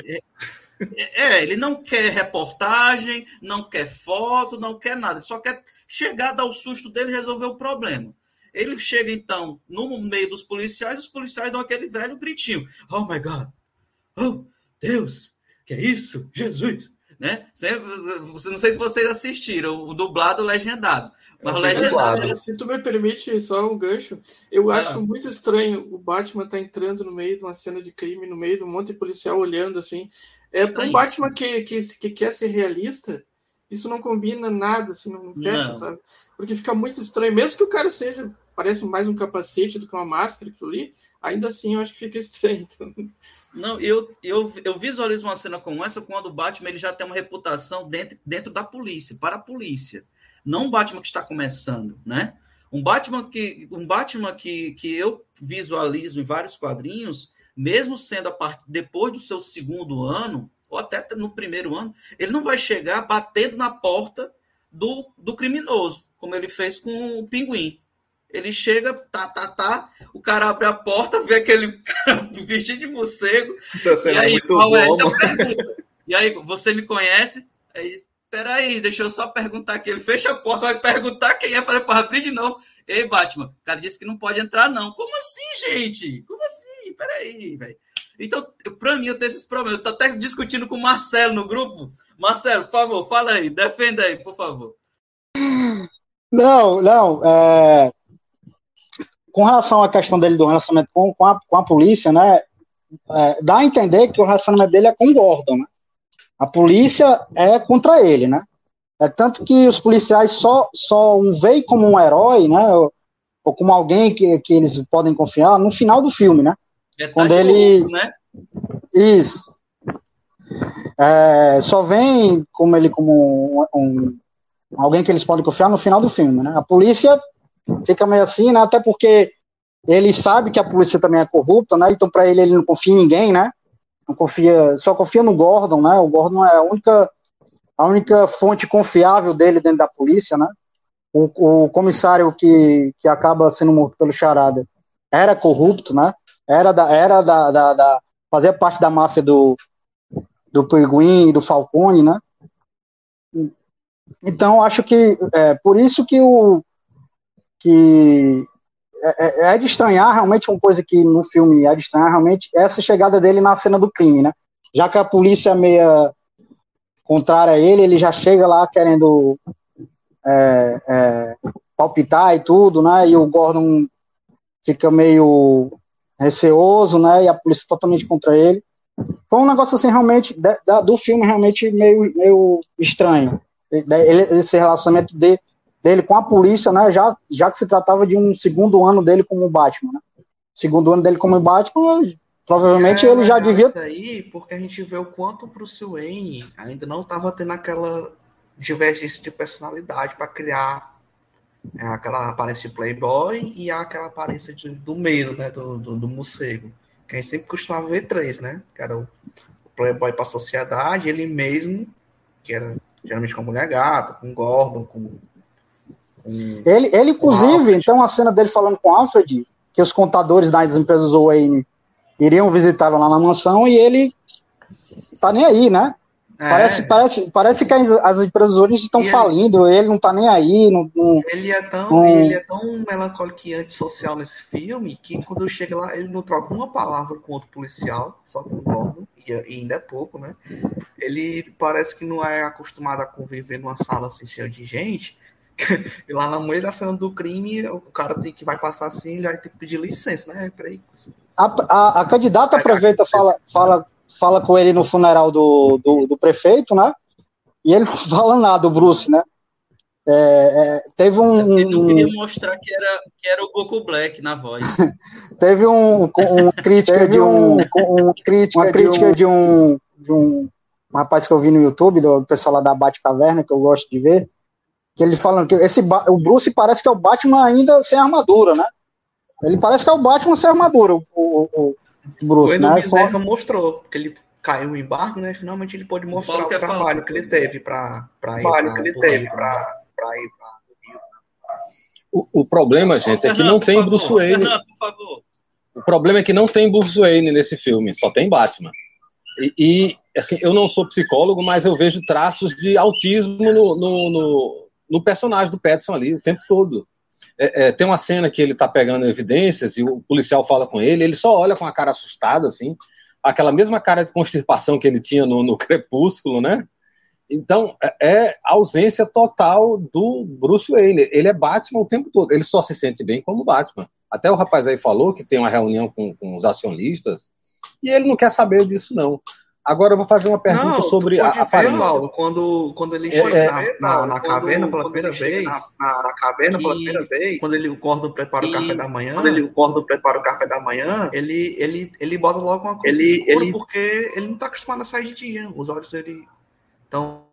É, ele não quer reportagem, não quer foto, não quer nada. Ele só quer chegar, dar o susto dele e resolver o problema. Ele chega, então, no meio dos policiais, os policiais dão aquele velho gritinho. Oh, my God! Oh, Deus! Que é isso? Jesus! Né? Não sei se vocês assistiram o dublado ou legendado. Mas o legendado... Se tu me permite só um gancho, eu ah. acho muito estranho o Batman tá entrando no meio de uma cena de crime, no meio de um monte de policial olhando assim. É para um Batman que, que, que quer ser realista, isso não combina nada, assim, não fecha, não. Sabe? Porque fica muito estranho, mesmo que o cara seja, parece mais um capacete do que uma máscara, aquilo ali, ainda assim eu acho que fica estranho. Então... Não, eu, eu, eu visualizo uma cena como essa quando o Batman ele já tem uma reputação dentro, dentro da polícia, para a polícia. Não um Batman que está começando, né? Um Batman que, um Batman que, que eu visualizo em vários quadrinhos, mesmo sendo a part... depois do seu segundo ano, ou até no primeiro ano, ele não vai chegar batendo na porta do, do criminoso, como ele fez com o Pinguim. Ele chega, tá, tá, tá, o cara abre a porta, vê aquele cara vestido de morcego, e aí, é muito qual é? Então, pergunta. E aí, você me conhece? Aí, peraí, deixa eu só perguntar aqui. Ele fecha a porta, vai perguntar quem é para abrir de novo. Ei, Batman, o cara disse que não pode entrar, não. Como assim, gente? Como assim? Peraí, velho. Então, para mim, eu tenho esses problemas. Eu tô até discutindo com o Marcelo no grupo. Marcelo, por favor, fala aí. Defenda aí, por favor. Não, não. É... Com relação à questão dele do relacionamento com, com, a, com a polícia, né? É, dá a entender que o relacionamento dele é com o Gordon, né? A polícia é contra ele, né? É tanto que os policiais só, só um veem como um herói, né? Ou, ou como alguém que, que eles podem confiar no final do filme, né? É quando ele... louco, né? Isso. É, só vem como ele como um, um, alguém que eles podem confiar no final do filme, né? A polícia fica meio assim, né? Até porque ele sabe que a polícia também é corrupta, né? Então, para ele, ele não confia em ninguém, né? Não confia, só confia no Gordon, né? O Gordon é a única, a única fonte confiável dele dentro da polícia, né? O, o comissário que, que acaba sendo morto pelo Charada era corrupto, né? Era da, era da, da, da fazia parte da máfia do do Pinguim e do Falcone, né? Então, acho que é por isso que o que é, é de estranhar realmente uma coisa que no filme é de estranhar realmente essa chegada dele na cena do crime, né? Já que a polícia é meia contrária a ele, ele já chega lá querendo é, é, palpitar e tudo, né? E o Gordon fica meio receoso, né? E a polícia totalmente contra ele. Foi um negócio assim realmente de, da, do filme realmente meio, meio estranho. Ele, esse relacionamento de dele com a polícia, né, já, já que se tratava de um segundo ano dele como Batman, né? Segundo ano dele como Batman, provavelmente é, ele já devia... Isso aí, porque a gente vê o quanto o Bruce Wayne ainda não estava tendo aquela divergência de personalidade para criar é, aquela aparência de playboy e aquela aparência de, do medo, né, do, do, do morcego. Que a gente sempre costumava ver três, né? Que era o, o playboy para a sociedade, ele mesmo, que era geralmente com a mulher gata, com o Gordon, com... Ele, ele inclusive, então a cena dele falando com o Alfred, que os contadores das empresas Wayne iriam visitá-lo lá na mansão e ele tá nem aí, né? É. Parece, parece, parece que as, as empresas Wayne estão falindo, ele, ele não tá nem aí. Não, não, ele, é tão, não... ele é tão melancólico e antissocial nesse filme que quando chega lá, ele não troca uma palavra com outro policial, só com o Gordon, e, e ainda é pouco, né? Ele parece que não é acostumado a conviver numa sala assim, cheia de gente. E lá no meio da cena do crime, o cara tem que vai passar assim, ele vai ter que pedir licença, né? Peraí. Assim. A, a, a candidata aproveita, fala, fala, fala com ele no funeral do, do, do prefeito, né? E ele não fala nada, o Bruce, né? É, é, teve um... Ele não queria mostrar que era, que era o Goku Black na voz. Teve um, uma crítica teve de um, um crítica uma crítica de um, de um, um rapaz que eu vi no YouTube, do pessoal lá da Batcaverna, que eu gosto de ver, que ele falando que esse, o Bruce parece que é o Batman ainda sem armadura, né? Ele parece que é o Batman sem armadura, o, o, o Bruce, o né? O Bezerra mostrou, porque ele caiu no embargo, né? Finalmente ele pôde mostrar o, o trabalho falar, que ele teve para ir para que ele teve para ir para o, o problema, gente, Fernando, é que não tem Bruce Wayne. Fernando, por favor. O problema é que não tem Bruce Wayne nesse filme, só tem Batman. E, e assim, eu não sou psicólogo, mas eu vejo traços de autismo no, no, no, no personagem do Pattinson ali o tempo todo. É, é, tem uma cena que ele tá pegando evidências e o policial fala com ele, ele só olha com a cara assustada, assim, aquela mesma cara de constipação que ele tinha no, no Crepúsculo, né? Então, é ausência total do Bruce Wayne. Ele é Batman o tempo todo. Ele só se sente bem como Batman. Até o rapaz aí falou que tem uma reunião com, com os acionistas e ele não quer saber disso, não. Agora eu vou fazer uma pergunta não, sobre a aparência. Paulo, quando, quando ele chega é, na, na, na caverna pela primeira vez, na, na caverna pela primeira vez, quando ele o Gordon prepara o café da manhã, quando ele o Gordon prepara o café da manhã, ele ele ele bota logo uma coisa ele, escura ele... porque ele não está acostumado a sair de dia. Os olhos dele estão.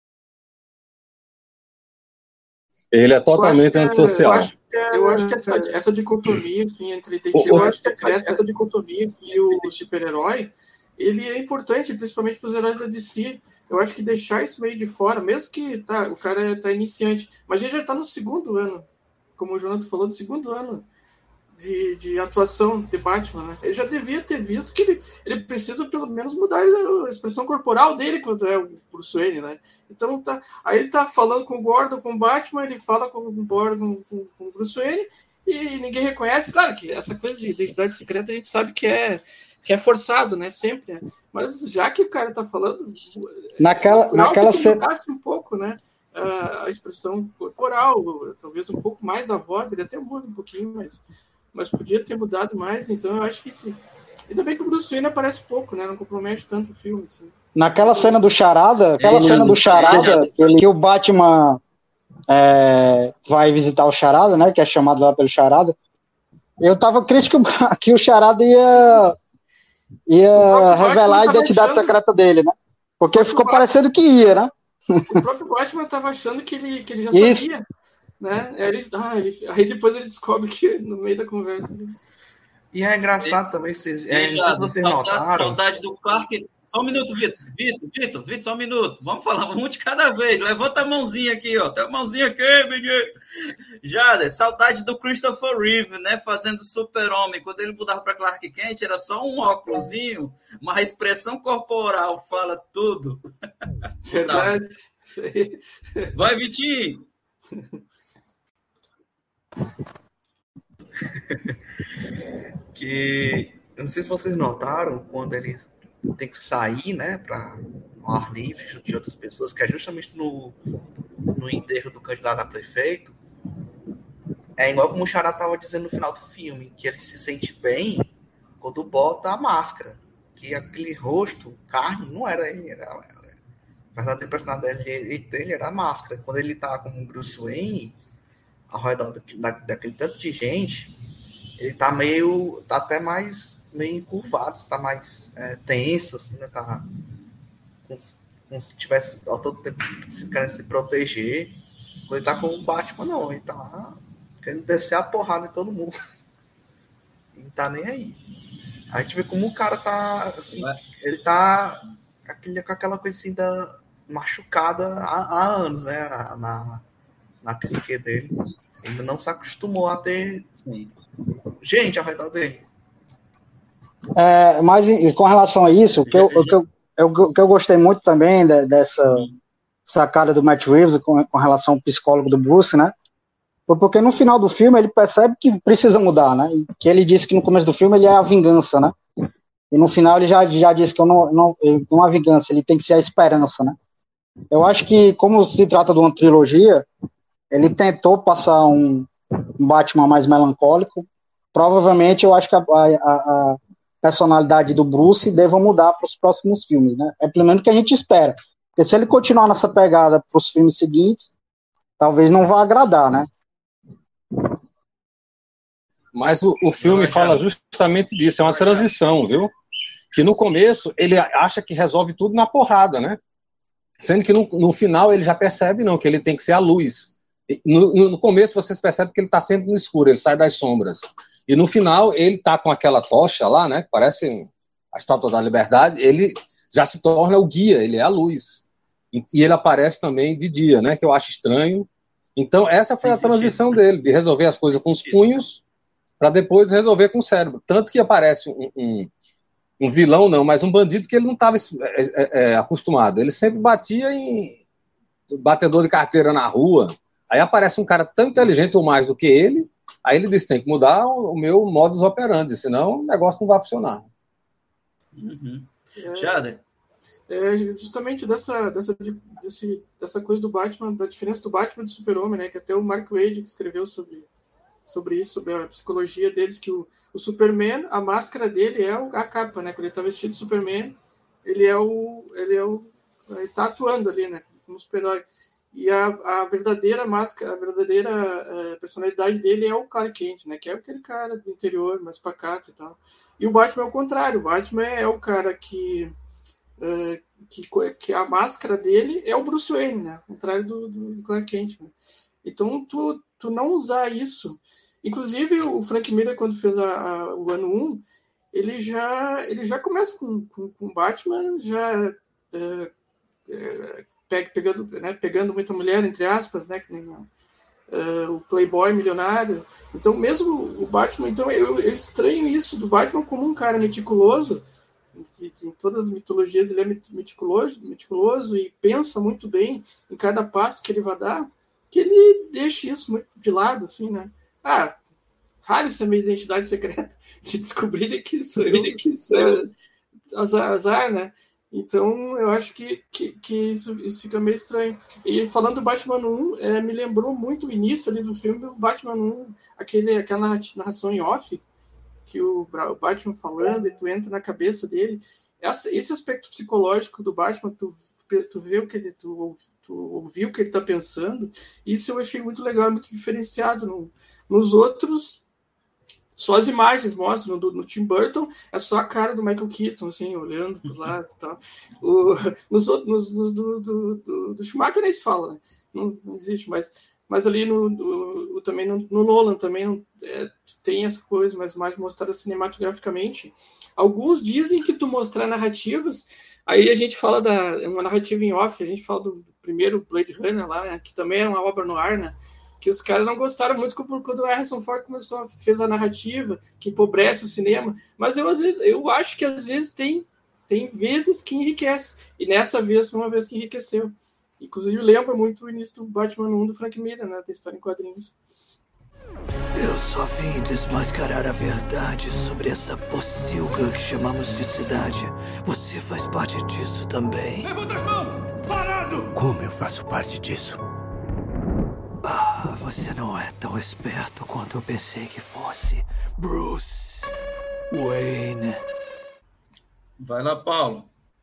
Ele é totalmente antissocial. Eu acho que, eu acho que essa, essa dicotomia assim, entre identidade, eu acho que essa, essa dicotomia assim, e o super-herói, ele é importante, principalmente para os heróis da D C. Eu acho que deixar isso meio de fora, mesmo que tá, o cara está iniciante, mas a gente já está no segundo ano, como o Jonathan falou, no segundo ano de, de atuação de Batman, né? Ele já devia ter visto que ele, ele precisa pelo menos mudar a expressão corporal dele quando é o Bruce Wayne, né? Então tá, aí ele tá falando com o Gordon, com o Batman, ele fala com o Gordon, com, com o Bruce Wayne e ninguém reconhece. Claro que essa coisa de identidade secreta a gente sabe que é que é forçado, né? Sempre. Né? Mas já que o cara tá falando, naquela, naquela que mudasse um pouco, né? A expressão corporal, talvez um pouco mais da voz, ele até muda um pouquinho, mas mas podia ter mudado mais, então eu acho que sim. Ainda bem que o Bruce Wayne aparece pouco, né? Não compromete tanto o filme. Assim. Naquela cena do Charada, aquela é, cena do Charada, que, que o Batman é, vai visitar o Charada, né? Que é chamado lá pelo Charada. Eu tava crítico que o Charada ia, ia revelar a identidade achando... secreta dele, né? Porque ficou Batman... parecendo que ia, né? O próprio Batman tava achando que ele, que ele já Isso. sabia. Né? Aí, ele, ah, ele, aí depois ele descobre que no meio da conversa. E é engraçado e, também, vocês, é, já, não sei se vocês saudade, notaram. Saudade do Clark. Só um minuto, Vitor. Vitor, Vitor, Vitor, só um minuto. Vamos falar um de cada vez. Levanta a mãozinha aqui, ó. Tem a mãozinha aqui, menino. Jader, saudade do Christopher Reeve, né? Fazendo Super-Homem. Quando ele mudava para Clark Kent, era só um óculosinho, mas a expressão corporal fala tudo. Verdade. Isso aí. Vai, Vitinho. Que eu não sei se vocês notaram quando ele tem que sair, né, para um ar livre de outras pessoas, que é justamente no, no enterro do candidato a prefeito. É igual como o Xará estava dizendo no final do filme, que ele se sente bem quando bota a máscara, que aquele rosto, carne, não era ele, era a verdadeira personalidade dele, dele era a máscara. Quando ele tá com o Bruce Wayne ao redor da, daquele tanto de gente, ele tá meio, tá até mais meio encurvado, tá mais é, tenso, assim, né, tá como, como se tivesse ao todo tempo querendo se proteger. Quando ele tá com o Batman, não, ele tá lá querendo descer a porrada em todo mundo. Ele não tá nem aí. A gente vê como o cara tá, assim, ele tá aquele, com aquela coisa assim da machucada há, há anos, né, na, na, na psique dele. Ele não se acostumou a ter assim, gente ao redor dele. É, mas com relação a isso, o que eu, que eu, eu, que eu gostei muito também de, dessa sacada do Matt Reeves com, com relação ao psicólogo do Bruce, né? Foi porque no final do filme ele percebe que precisa mudar, né? E que ele disse que no começo do filme ele é a vingança, né? E no final ele já, já disse que eu não, não, não é a vingança, ele tem que ser a esperança, né? Eu acho que, como se trata de uma trilogia, ele tentou passar um, um Batman mais melancólico. Provavelmente eu acho que a, a, a personalidade do Bruce deva mudar para os próximos filmes, né? É pelo menos o que a gente espera. Porque se ele continuar nessa pegada para os filmes seguintes, talvez não vá agradar, né? Mas o, o filme fala justamente disso, é uma transição, viu? Que no começo ele acha que resolve tudo na porrada, né? Sendo que no, no final ele já percebe, não, que ele tem que ser a luz. No, no, no começo vocês percebem que ele está sempre no escuro, ele sai das sombras. E no final ele tá com aquela tocha lá, né? Que parece a Estátua da Liberdade, ele já se torna o guia, ele é a luz. E, e ele aparece também de dia, né? Que eu acho estranho. Então essa foi a transição dele, de resolver as coisas com os punhos para depois resolver com o cérebro. Tanto que aparece um, um, um vilão, não, mas um bandido que ele não estava é, é, acostumado. Ele sempre batia em batedor de carteira na rua. Aí aparece um cara tão inteligente ou mais do que ele, aí ele diz, tem que mudar o, o meu modus operandi, senão o negócio não vai funcionar. Uhum. É, Jader? É justamente dessa, dessa, desse, dessa coisa do Batman, da diferença do Batman e do Super-Homem, né? Que até o Mark Waid que escreveu sobre, sobre isso, sobre a psicologia deles, que o, o Superman, a máscara dele é a capa, né? Quando ele tá vestido de Superman, ele é o. ele é o. ele tá atuando ali, né? Como super-herói. E a, a verdadeira máscara, a verdadeira uh, personalidade dele é o Clark Kent, né? Que é aquele cara do interior, mais pacato e tal. E o Batman é o contrário. O Batman é o cara que, uh, que, que a máscara dele é o Bruce Wayne, né? Ao contrário do, do Clark Kent. Né? Então, tu, tu não usar isso... Inclusive, o Frank Miller, quando fez a, a, o ano um, ele já, ele já começa com o com, Batman, já... Uh, uh, Pegando, né, pegando muita mulher, entre aspas, né, que nem uh, o playboy milionário. Então, mesmo o Batman, então eu, eu estranho isso do Batman como um cara meticuloso, que, que em todas as mitologias ele é meticuloso, meticuloso e pensa muito bem em cada passo que ele vai dar, que ele deixa isso muito de lado, assim, né? Ah, raro essa minha identidade secreta, se descobrirem que sou eu, que sou eu. Azar, azar, né? Então, eu acho que, que, que isso, isso fica meio estranho. E falando do Batman um, é, me lembrou muito o início ali do filme, o Batman um, aquele, aquela narração em off, que o, o Batman falando, e tu entra na cabeça dele. Essa, esse aspecto psicológico do Batman, tu, tu vê o que ele, tu, tu ouviu o que ele está pensando, isso eu achei muito legal, muito diferenciado. No, nos outros... Só as imagens mostram, no, no Tim Burton, é só a cara do Michael Keaton, assim, olhando para os lados e tal. O, nos nos, nos do, do, do, do Schumacher nem se fala, né? Não, não existe, mas, mas ali no, do, também no, no Nolan também não, é, tem essa coisa, mas mais mostrada cinematograficamente. Alguns dizem que tu mostrar narrativas, aí a gente fala da uma narrativa em off, a gente fala do primeiro Blade Runner lá, né, que também é uma obra no ar, né? Que os caras não gostaram muito quando o Harrison Ford começou, fez a narrativa, que empobrece o cinema, mas eu, às vezes, eu acho que às vezes tem, tem vezes que enriquece, e nessa vez foi uma vez que enriqueceu. Inclusive lembra muito o início do Batman um do Frank Miller, né, da história em quadrinhos. Eu só vim desmascarar a verdade sobre essa pocilga que chamamos de cidade. Você faz parte disso também. Levanta as mãos! Parado! Como eu faço parte disso? Ah, você não é tão esperto quanto eu pensei que fosse, Bruce Wayne. Vai lá, Paulo.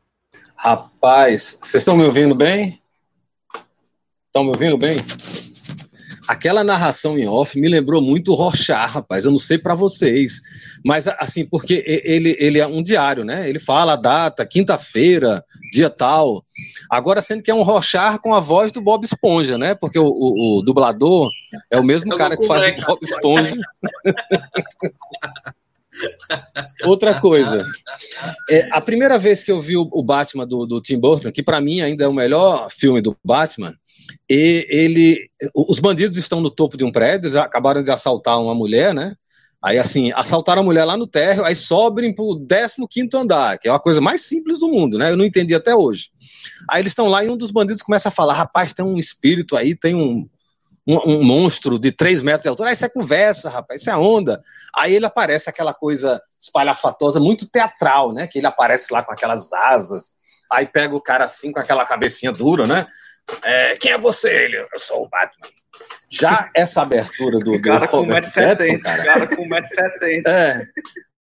Rapaz, vocês estão me ouvindo bem? Estão me ouvindo bem? Aquela narração em off me lembrou muito o Rorschach, rapaz. Eu não sei para vocês, mas assim, porque ele, ele é um diário, né? Ele fala a data, quinta-feira, dia tal. Agora, sendo que é um Rorschach com a voz do Bob Esponja, né? Porque o, o, o dublador é o mesmo é cara que faz o Bob Esponja. Outra coisa, é, a primeira vez que eu vi o, o Batman do, do Tim Burton, que para mim ainda é o melhor filme do Batman, e ele, os bandidos estão no topo de um prédio, já acabaram de assaltar uma mulher, né? Aí assim, assaltaram a mulher lá no térreo, aí sobem pro décimo quinto andar, que é uma coisa mais simples do mundo, né? Eu não entendi até hoje. Aí eles estão lá e um dos bandidos começa a falar, rapaz, tem um espírito aí, tem um Um, um monstro de três metros de altura, ah, isso é conversa, rapaz, isso é onda. Aí ele aparece aquela coisa espalhafatosa, muito teatral, né, que ele aparece lá com aquelas asas, aí pega o cara assim, com aquela cabecinha dura, né, é, quem é você? Ele, eu sou o Batman. Já essa abertura do, do cara com Robert Pattinson, cara, cara com um metro e setenta. É,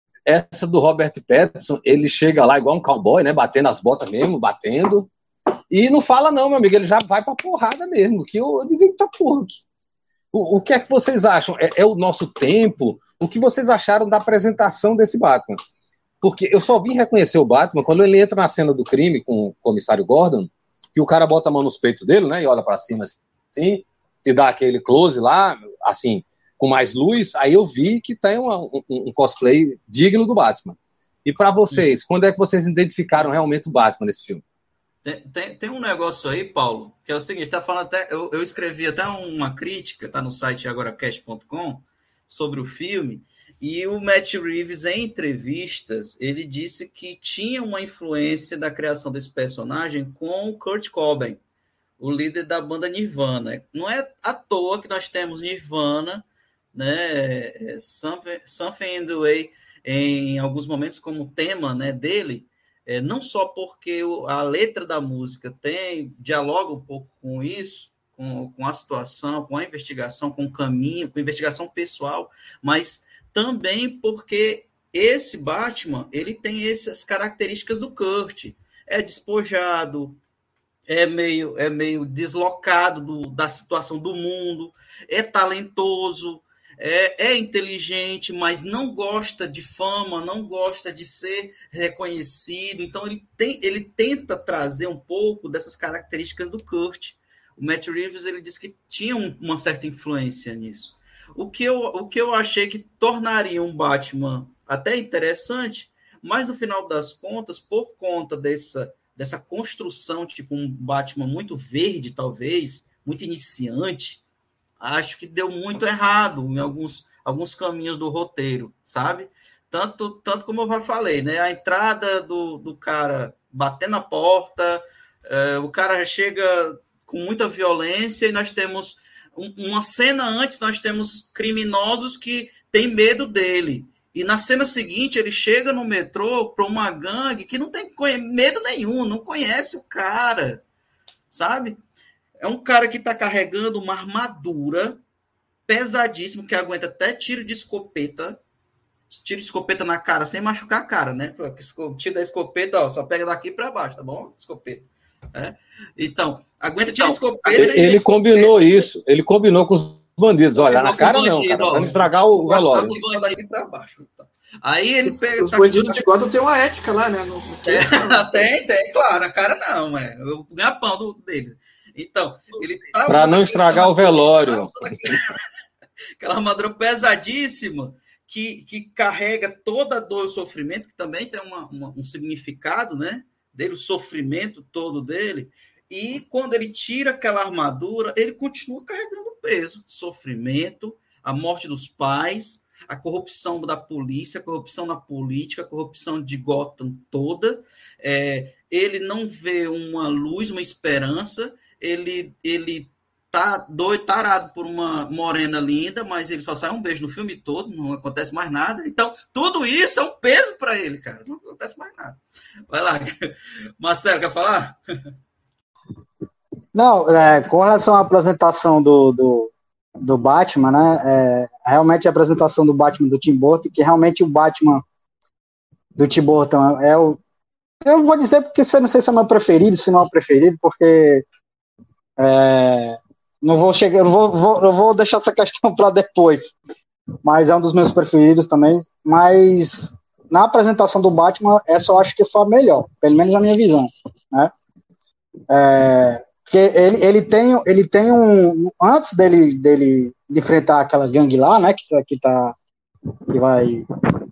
essa do Robert Pattinson, ele chega lá igual um cowboy, né, batendo as botas mesmo, batendo. E não fala não, meu amigo, ele já vai pra porrada mesmo, que eu, eu digo, eita porra, que, o, o que é que vocês acham? É, é o nosso tempo? O que vocês acharam da apresentação desse Batman? Porque eu só vim reconhecer o Batman quando ele entra na cena do crime com o comissário Gordon, que o cara bota a mão nos peitos dele, né, e olha pra cima assim, e dá aquele close lá, assim, com mais luz, aí eu vi que tem uma, um, um cosplay digno do Batman. E pra vocês, Sim. quando é que vocês identificaram realmente o Batman nesse filme? Tem, tem, tem um negócio aí, Paulo, que é o seguinte, tá falando até, eu, eu escrevi até uma crítica, tá no site agora cast ponto com, sobre o filme, e o Matt Reeves, em entrevistas, ele disse que tinha uma influência da criação desse personagem com o Kurt Cobain, o líder da banda Nirvana. Não é à toa que nós temos Nirvana, né, Something, Something in the Way, em alguns momentos como tema, né, dele, é, não só porque a letra da música tem, dialoga um pouco com isso, com, com a situação, com a investigação, com o caminho, com a investigação pessoal, mas também porque esse Batman, ele tem essas características do Kurt. É despojado, é meio, é meio deslocado do, da situação do mundo, é talentoso, É, é inteligente, mas não gosta de fama, não gosta de ser reconhecido. Então, ele, tem, ele tenta trazer um pouco dessas características do Kurt. O Matt Reeves, ele disse que tinha um, uma certa influência nisso. O que, eu, o que eu achei que tornaria um Batman até interessante, mas no final das contas, por conta dessa, dessa construção, tipo um Batman muito verde, talvez, muito iniciante, acho que deu muito errado em alguns, alguns caminhos do roteiro, sabe? Tanto, tanto como eu já falei, né? A entrada do, do cara batendo na porta, é, o cara chega com muita violência e nós temos um, uma cena antes, nós temos criminosos que têm medo dele. E na cena seguinte ele chega no metrô para uma gangue que não tem medo nenhum, não conhece o cara, sabe? É um cara que está carregando uma armadura pesadíssima, que aguenta até tiro de escopeta, tiro de escopeta na cara, sem machucar a cara, né? Tiro da escopeta, ó, só pega daqui para baixo, tá bom? Escopeta. É? Então, aguenta tiro de escopeta. Ele, ele combinou isso, ele combinou com os bandidos. Olha, na cara não, cara, para não estragar o velório. Daqui para baixo. Aí ele os, pega. Os bandidos de Gotham tem uma ética lá, né? No, no é, tem, tem, claro. Na cara não, é. O ganha-pão do, dele. Então, ele tá para não estragar o velório. Aquela armadura pesadíssima que, que carrega toda a dor e o sofrimento, que também tem uma, uma, um significado, né? Dele, o sofrimento todo dele. E quando ele tira aquela armadura, ele continua carregando peso, sofrimento, a morte dos pais, a corrupção da polícia, a corrupção na política, a corrupção de Gotham toda. É, ele não vê uma luz, uma esperança. Ele, ele tá doido, tarado por uma morena linda, mas ele só sai um beijo no filme todo, não acontece mais nada. Então, tudo isso é um peso para ele, cara. Não acontece mais nada. Vai lá. Marcelo, quer falar? Não, é, com relação à apresentação do, do, do Batman, né? É, realmente a apresentação do Batman do Tim Burton, que realmente o Batman do Tim Burton é o... Eu vou dizer porque eu não sei se é o meu preferido, se não é o preferido, porque... É, não vou chegar, eu vou, vou, eu vou deixar essa questão para depois, mas é um dos meus preferidos também. Mas na apresentação do Batman, essa eu acho que foi a melhor, pelo menos na minha visão, né? É, porque ele, ele tem, ele tem um antes dele, dele de enfrentar aquela gangue lá, né? Que tá, que tá, que vai,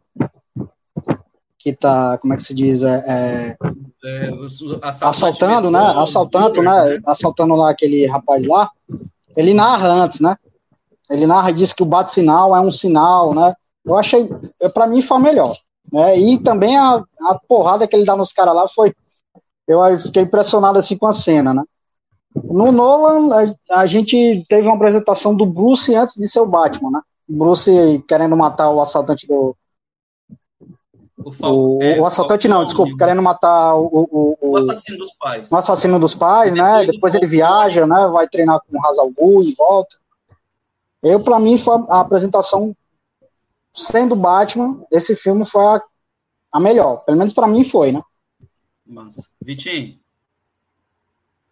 que tá, como é que se diz, é, É, assaltando, né? Assaltando, né? Assaltando lá aquele rapaz lá. Ele narra antes, né? Ele narra e diz que o bate-sinal é um sinal, né? Eu achei, pra mim foi melhor, né? E também a, a porrada que ele dá nos caras lá foi, eu fiquei impressionado assim com a cena, né? No Nolan, a, a gente teve uma apresentação do Bruce antes de ser o Batman, né? O Bruce querendo matar o assaltante do O, o, é, o assaltante não, desculpa, amigo. Querendo matar o, o, o, o assassino dos pais. O assassino dos pais, depois né? Depois ele viaja, né? Vai treinar com o Ra's al Ghul e volta. Eu, pra mim, foi a apresentação sendo Batman, esse filme foi a, a melhor. Pelo menos pra mim foi, né? Massa. Vitinho?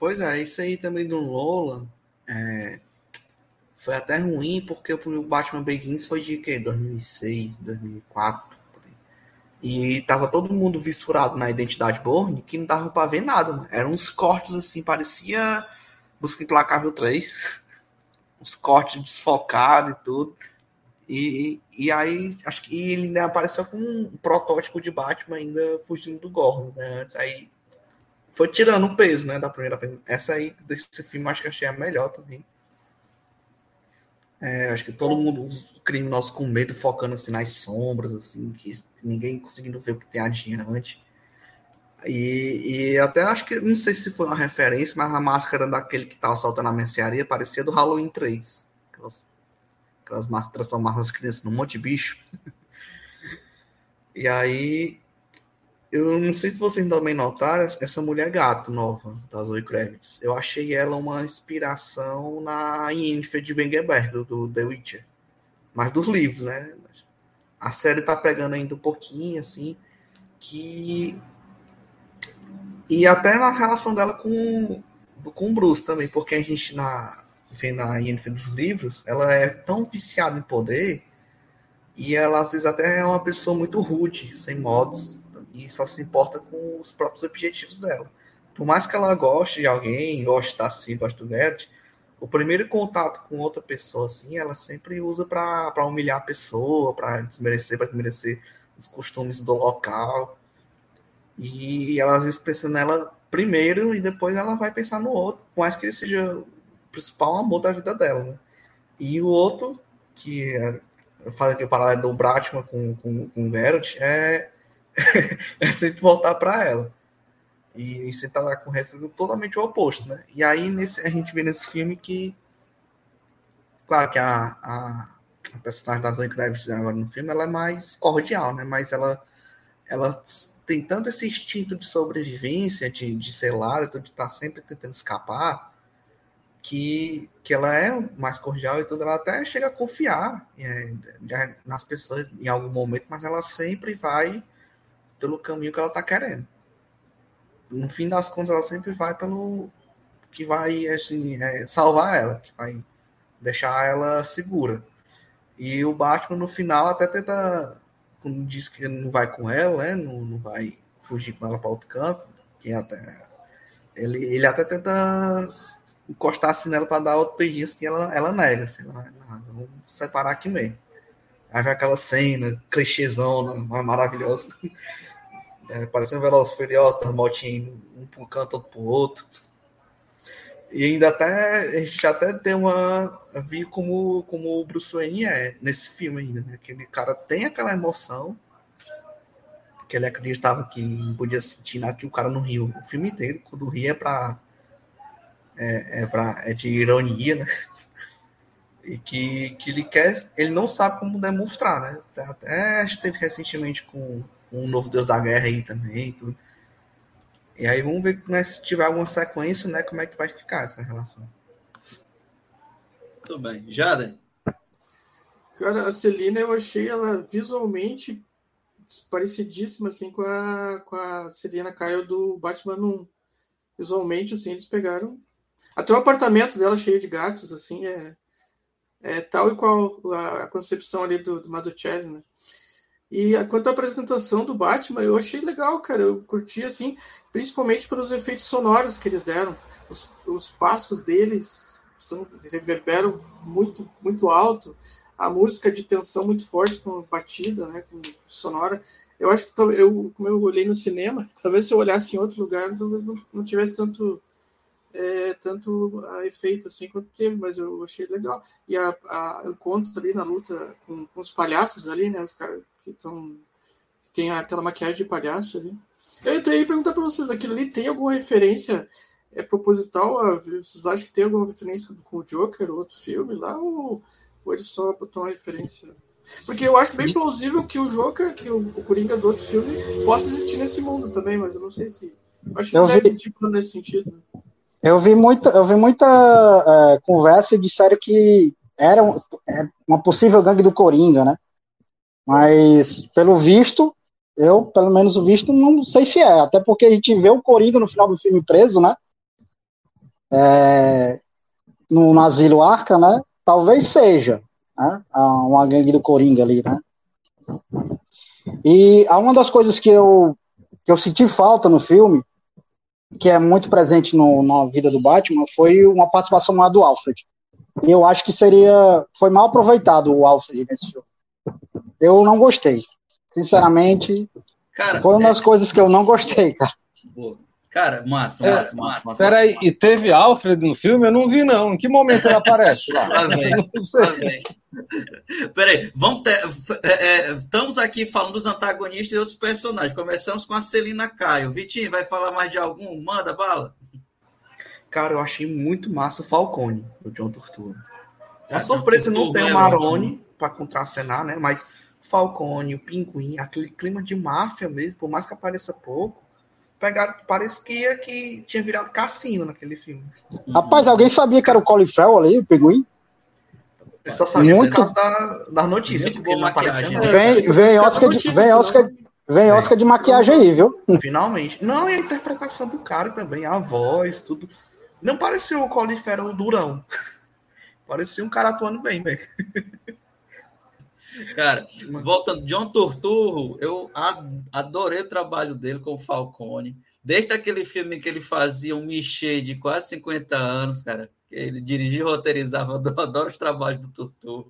Pois é, isso aí também do Nolan é, foi até ruim, porque o Batman Begins foi de quê? dois mil e seis, dois mil e quatro. E tava todo mundo vissurado na Identidade Bourne, que não dava pra ver nada, mano. Eram uns cortes assim, parecia Busca Implacável três. Uns cortes desfocados e tudo. E, e aí, acho que ele ainda apareceu com um protótipo de Batman ainda fugindo do Gordon, né? Antes aí foi tirando o peso, né, da primeira vez. Essa aí, desse filme, acho que achei a melhor também. É, acho que todo mundo, os criminosos com medo, focando assim nas sombras, assim, que ninguém conseguindo ver o que tem adiante. E, e até acho que, não sei se foi uma referência, mas a máscara daquele que tava saltando a mercearia parecia do Halloween três. Aquelas, aquelas máscaras transformavam as crianças num monte de bicho. E aí, eu não sei se vocês também notaram, essa mulher gato nova, da Zoe Kravitz. Eu achei ela uma inspiração na Yennefer de Wengerberg, do, do The Witcher. Mas dos livros, né? A série tá pegando ainda um pouquinho, assim, que... E até na relação dela com, com o Bruce também, porque a gente, na, vendo a Yennefer dos livros, ela é tão viciada em poder, e ela, às vezes, até é uma pessoa muito rude, sem modos, e só se importa com os próprios objetivos dela. Por mais que ela goste de alguém, goste da Ciri, goste do Geralt, o primeiro contato com outra pessoa, assim, ela sempre usa para humilhar a pessoa, para desmerecer, para desmerecer os costumes do local. E ela, às vezes, pensa nela primeiro e depois ela vai pensar no outro, por mais que ele seja o principal amor da vida dela, né? E o outro, que é, eu falei que o paralelo do Batman com, com, com o Geralt, é é sempre voltar para ela. E, e você tá lá com o resto totalmente o oposto, né? E aí nesse, a gente vê nesse filme que, claro que a, a, a personagem da Zoe Kravitz agora no filme, ela é mais cordial, né? Mas ela, ela tem tanto esse instinto de sobrevivência, de, de sei lá, de estar sempre tentando escapar, que, que ela é mais cordial e tudo. Ela até chega a confiar é, nas pessoas em algum momento, mas ela sempre vai pelo caminho que ela tá querendo. No fim das contas, ela sempre vai pelo que vai assim, é, salvar ela, que vai deixar ela segura. E o Batman, no final, até tenta, quando diz que não vai com ela, né, não, não vai fugir com ela para outro canto, que até, ele, ele até tenta encostar assim nela para dar outro beijinho, que ela, ela nega, assim, ela, não, vamos separar aqui mesmo. Aí vai aquela cena, clichêzona, maravilhosa. É, parecendo Velozes e Furiosos, das motinhas um para um canto, outro para o outro. E ainda até, a gente até tem uma... Vi como, como o Bruce Wayne é nesse filme ainda, né? Aquele cara tem aquela emoção que ele acreditava que não podia sentir nada, que o cara não riu o filme inteiro. Quando ri é pra... É, é, pra, é de ironia, né? E que, que ele quer... Ele não sabe como demonstrar, né? Até a gente teve recentemente com... um novo Deus da Guerra aí também, tudo. E aí vamos ver, né, se tiver alguma sequência, né, como é que vai ficar essa relação. Tudo bem. Jaden? Cara, a Selina, eu achei ela visualmente parecidíssima, assim, com a, com a Selina Kyle do Batman um. Visualmente, assim, eles pegaram... Até o apartamento dela cheio de gatos, assim, é, é tal e qual a, a concepção ali do, do Mazzucchelli, né? E quanto à apresentação do Batman, eu achei legal, cara. Eu curti, assim, principalmente pelos efeitos sonoros que eles deram. Os, os passos deles são, reverberam muito, muito alto. A música de tensão muito forte, com batida, né, com sonora. Eu acho que, eu, como eu olhei no cinema, talvez se eu olhasse em outro lugar, talvez não, não tivesse tanto... É, tanto a efeito assim quanto teve, mas eu achei legal. E a, a encontro ali na luta com, com os palhaços ali, né? Os caras que estão. Tem aquela maquiagem de palhaço ali. Eu até ia perguntar para vocês: aquilo ali tem alguma referência é, proposital? A, vocês acham que tem alguma referência com o Joker, outro filme lá? Ou, ou eles só botam uma referência? Porque eu acho bem plausível que o Joker, que o, o Coringa do outro filme, possa existir nesse mundo também, mas eu não sei se. Eu acho que não deve existir nesse sentido, né? Eu vi muita, eu vi muita é, conversa e disseram que era um, é uma possível gangue do Coringa, né? Mas, pelo visto, eu, pelo menos o visto, não sei se é. Até porque a gente vê o Coringa no final do filme preso, né? é, no, no Asilo Arca, né? Talvez seja, né? Uma gangue do Coringa ali, né? E uma das coisas que eu, que eu senti falta no filme, que é muito presente no, na vida do Batman, foi uma participação maior do Alfred. E eu acho que seria, foi mal aproveitado o Alfred nesse filme. Eu não gostei. Sinceramente, cara, foi uma das é... coisas que eu não gostei, cara. Boa. Cara, massa, massa, é, massa. massa Peraí, e teve Alfred no filme? Eu não vi, não. Em que momento ele aparece lá? Tá bem, não sei. Tá bem. Peraí, vamos ter, é, é, estamos aqui falando dos antagonistas e outros personagens. Começamos com a Selina Kyle. Vitinho, vai falar mais de algum? Manda bala. Cara, eu achei muito massa o Falcone, do John Turturro. É surpresa não ter o Maroni para contracenar, né? Mas o Falcone, o Pinguim, aquele clima de máfia mesmo, por mais que apareça pouco, pegaram, parecia que tinha virado cassino naquele filme. Rapaz, alguém sabia que era o Colin Farrell ali, o Pinguim? Eu só sabia muito... por causa da, da notícia. Muito boa maquiagem. Vem, vem Oscar de, vem Oscar, vem Oscar de maquiagem aí, viu? Finalmente. Não, e a interpretação do cara também, a voz, tudo. Não pareceu o Colin Farrell durão. Parecia um cara atuando bem, velho. Cara, voltando, John Turturro, eu adorei o trabalho dele com o Falcone. Desde aquele filme que ele fazia um Michê de quase cinquenta anos, cara, que ele dirigia e roteirizava, eu adoro os trabalhos do Turturro.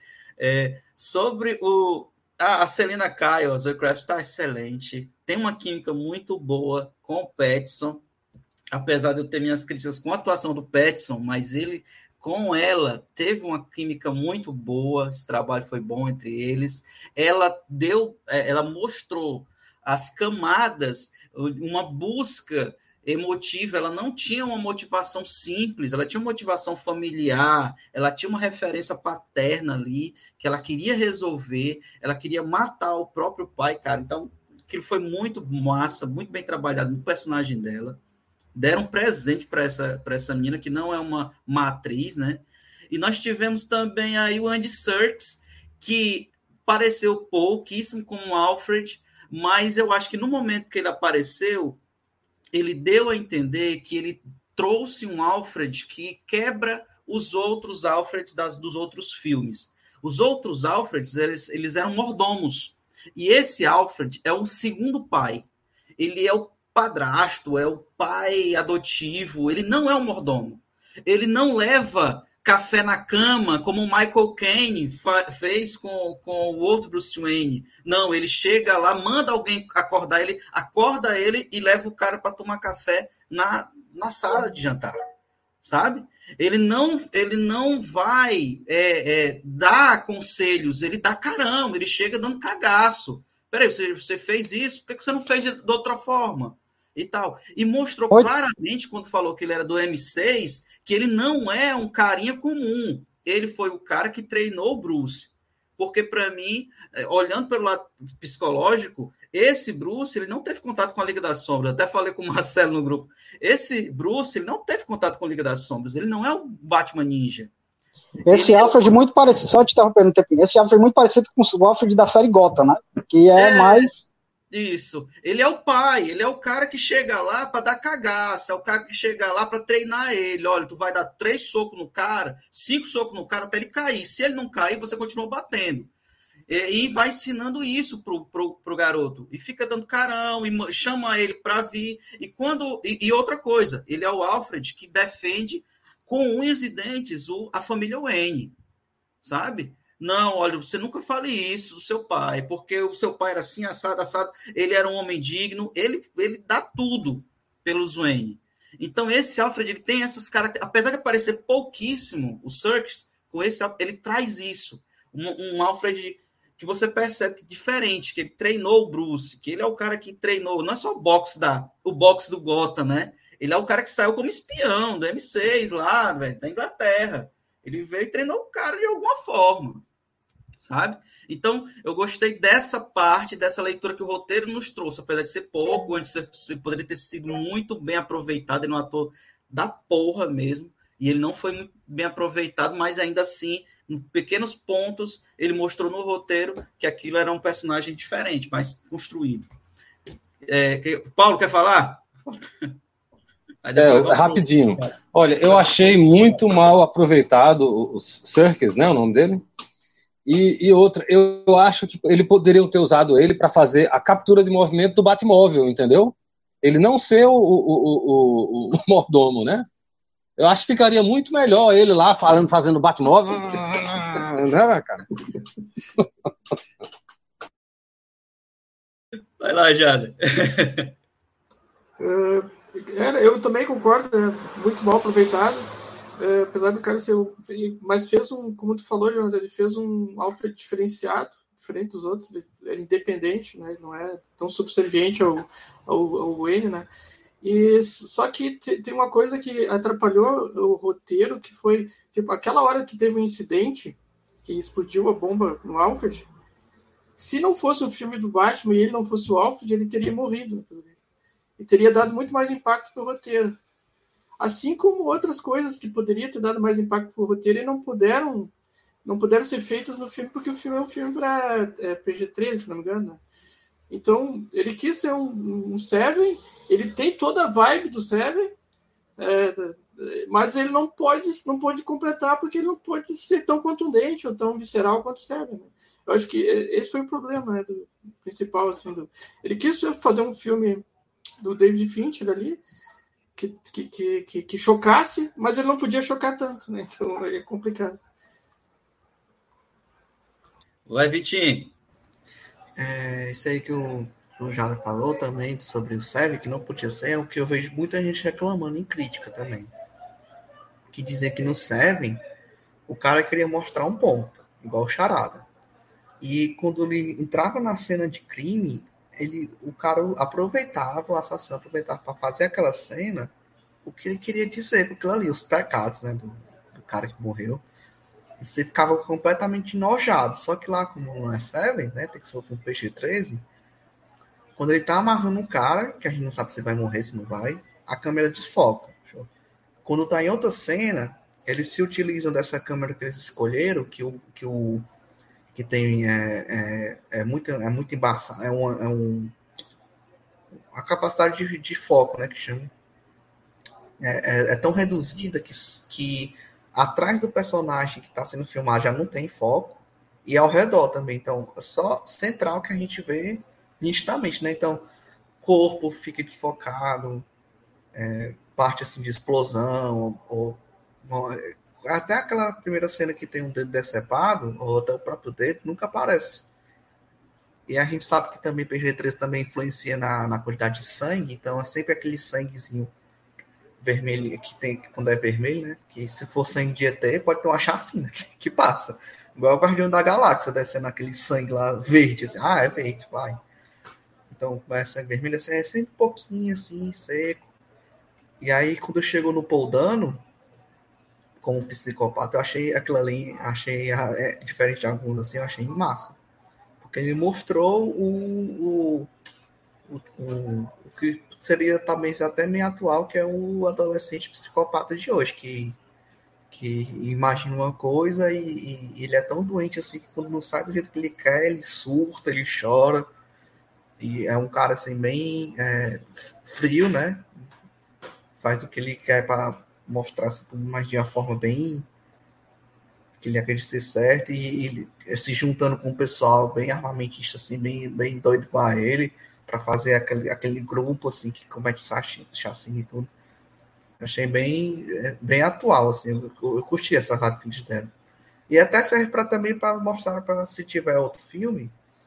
É, sobre o... A, a Selina Kyle, a Zoe Kravitz está excelente. Tem uma química muito boa com o Pattinson, apesar de eu ter minhas críticas com a atuação do Pattinson, mas ele... com ela, teve uma química muito boa, esse trabalho foi bom entre eles. Ela deu, ela mostrou as camadas, uma busca emotiva, ela não tinha uma motivação simples, ela tinha uma motivação familiar, ela tinha uma referência paterna ali, que ela queria resolver, ela queria matar o próprio pai, cara. Então, aquilo foi muito massa, muito bem trabalhado no personagem dela. Deram um presente para essa, para essa menina, que não é uma, uma atriz, né? E nós tivemos também aí o Andy Serkis, que pareceu pouquíssimo com o Alfred, mas eu acho que no momento que ele apareceu, ele deu a entender que ele trouxe um Alfred que quebra os outros Alfreds das, dos outros filmes. Os outros Alfreds, eles, eles eram mordomos. E esse Alfred é o segundo pai. Ele é o padrasto, é o pai adotivo, ele não é um mordomo. Ele não leva café na cama, como o Michael Caine fez com, com o outro Bruce Wayne. Não, ele chega lá, manda alguém acordar ele, acorda ele e leva o cara para tomar café na, na sala de jantar, sabe? Ele não, ele não vai é, é, dar conselhos, ele dá caramba, ele chega dando cagaço. Peraí, você, você fez isso, por que você não fez de, de outra forma? E tal. E mostrou Oi? claramente, quando falou que ele era do M seis, que ele não é um carinha comum. Ele foi o cara que treinou o Bruce. Porque, para mim, olhando pelo lado psicológico, esse Bruce ele não teve contato com a Liga das Sombras. Até falei com o Marcelo no grupo. Esse Bruce ele não teve contato com a Liga das Sombras. Ele não é o Batman Ninja. Esse ele Alfred é muito parecido, só te interrompendo um tempinho, esse Alfred é muito parecido com o Alfred da série Gotham, né? Que é, é mais... Isso. Ele é o pai, ele é o cara que chega lá para dar cagaça, é o cara que chega lá para treinar ele. Olha, tu vai dar três socos no cara, cinco socos no cara até ele cair. Se ele não cair, você continua batendo. E, e vai ensinando isso pro, pro, pro garoto. E fica dando carão, e chama ele para vir. E, quando, e, e outra coisa, ele é o Alfred que defende com unhas e dentes o, a família Wayne, sabe? Não, olha, você nunca fale isso do seu pai, porque o seu pai era assim, assado, assado, ele era um homem digno, ele, ele dá tudo pelos Wayne. Então, esse Alfred, ele tem essas características, apesar de aparecer pouquíssimo, o Serkis, com esse, ele traz isso, um, um Alfred que você percebe que é diferente, que ele treinou o Bruce, que ele é o cara que treinou, não é só o boxe, da, o boxe do Gotham, né? Ele é o cara que saiu como espião do M seis lá, véio, da Inglaterra. Ele veio e treinou o cara de alguma forma, sabe? Então, eu gostei dessa parte, dessa leitura que o roteiro nos trouxe, apesar de ser pouco, antes poderia ter sido muito bem aproveitado, ele é um ator da porra mesmo, e ele não foi muito bem aproveitado, mas ainda assim, em pequenos pontos, ele mostrou no roteiro que aquilo era um personagem diferente, mais construído. É, que, Paulo, quer falar? É, rapidinho. Olha, eu achei muito mal aproveitado o Serkis, né, o nome dele. E, e outra, eu acho que ele poderiam ter usado ele para fazer a captura de movimento do Batmóvel, entendeu? Ele não ser o, o, o, o, o mordomo, né? Eu acho que ficaria muito melhor ele lá falando, fazendo Batmóvel, né, cara? Vai lá, Jada. Uh, eu também concordo, né? Muito mal aproveitado, uh, apesar do cara ser, mas fez um, como tu falou, Jonathan, ele fez um Alfred diferenciado, diferente dos outros, ele era independente, né? Ele não é tão subserviente ao, ao, ao Wayne, né? E só que tem uma coisa que atrapalhou o roteiro, que foi tipo aquela hora que teve um incidente que explodiu a bomba no Alfred. Se não fosse o filme do Batman e ele não fosse o Alfred, ele teria morrido. E teria dado muito mais impacto para o roteiro. Assim como outras coisas que poderiam ter dado mais impacto para o roteiro e não puderam, não puderam ser feitas no filme, porque o filme é um filme para é, P G treze, se não me engano. Então, ele quis ser um, um Seven, ele tem toda a vibe do Seven, é, mas ele não pode, não pode completar porque ele não pode ser tão contundente ou tão visceral quanto o Seven. Né? Eu acho que esse foi o problema, né, do principal. Assim, do, ele quis fazer um filme do David Fincher ali, que, que, que, que, que chocasse, mas ele não podia chocar tanto, né? Então é complicado. Vai, Vitinho. É, isso aí que o, o Jada falou também sobre o Seven, que não podia ser, é o que eu vejo muita gente reclamando em crítica também. Que dizem que no Seven o cara queria mostrar um ponto, igual o Charada. E quando ele entrava na cena de crime, ele, o cara aproveitava, o assassino aproveitava para fazer aquela cena, o que ele queria dizer com aquilo ali, os pecados, né, do, do cara que morreu. E você ficava completamente enojado. Só que lá, como não é Seven, né, tem que ser um P G treze, quando ele tá amarrando um cara, que a gente não sabe se vai morrer, se não vai, a câmera desfoca. Quando tá em outra cena, eles se utilizam dessa câmera que eles escolheram, que o que, o, que tem é, é, é muito, é muito embaçado, é, uma, é um, a capacidade de, de foco, né, que chama, é, é, é tão reduzida que, que atrás do personagem que está sendo filmado já não tem foco, e ao redor também. Então, é só central que a gente vê nitidamente, né? Então, corpo fica desfocado, é, parte assim de explosão, ou, ou até aquela primeira cena que tem um dedo decepado, ou até o próprio dedo, nunca aparece. E a gente sabe que também P G treze também influencia na, na quantidade de sangue, então é sempre aquele sanguezinho vermelho, que tem quando é vermelho, né? Que se for sangue de E T, pode ter uma chacina que, que passa. Igual o Guardião da Galáxia, descendo aquele sangue lá verde, assim, ah, é verde, vai. Então, é sangue vermelho, assim, é sempre um pouquinho assim, seco. E aí, quando chegou no Paul Dano, como psicopata, eu achei aquilo ali, achei é, diferente de alguns, assim, eu achei massa. Porque ele mostrou o, o, o, o, o que seria talvez até meio atual, que é o adolescente psicopata de hoje, que, que imagina uma coisa e, e, e ele é tão doente assim que quando não sai do jeito que ele quer, ele surta, ele chora. E é um cara assim bem é, frio, né? Faz o que ele quer para mostrar assim, mas de uma forma bem que ele acredita ser certo, e, e se juntando com o pessoal bem armamentista, assim, bem, bem doido com ele, para fazer aquele, aquele grupo assim que comete chacina e tudo. Eu achei bem, bem atual, assim, eu, eu, eu curti essa vibe que eles deram. E até serve para também para mostrar, para se tiver outro filme,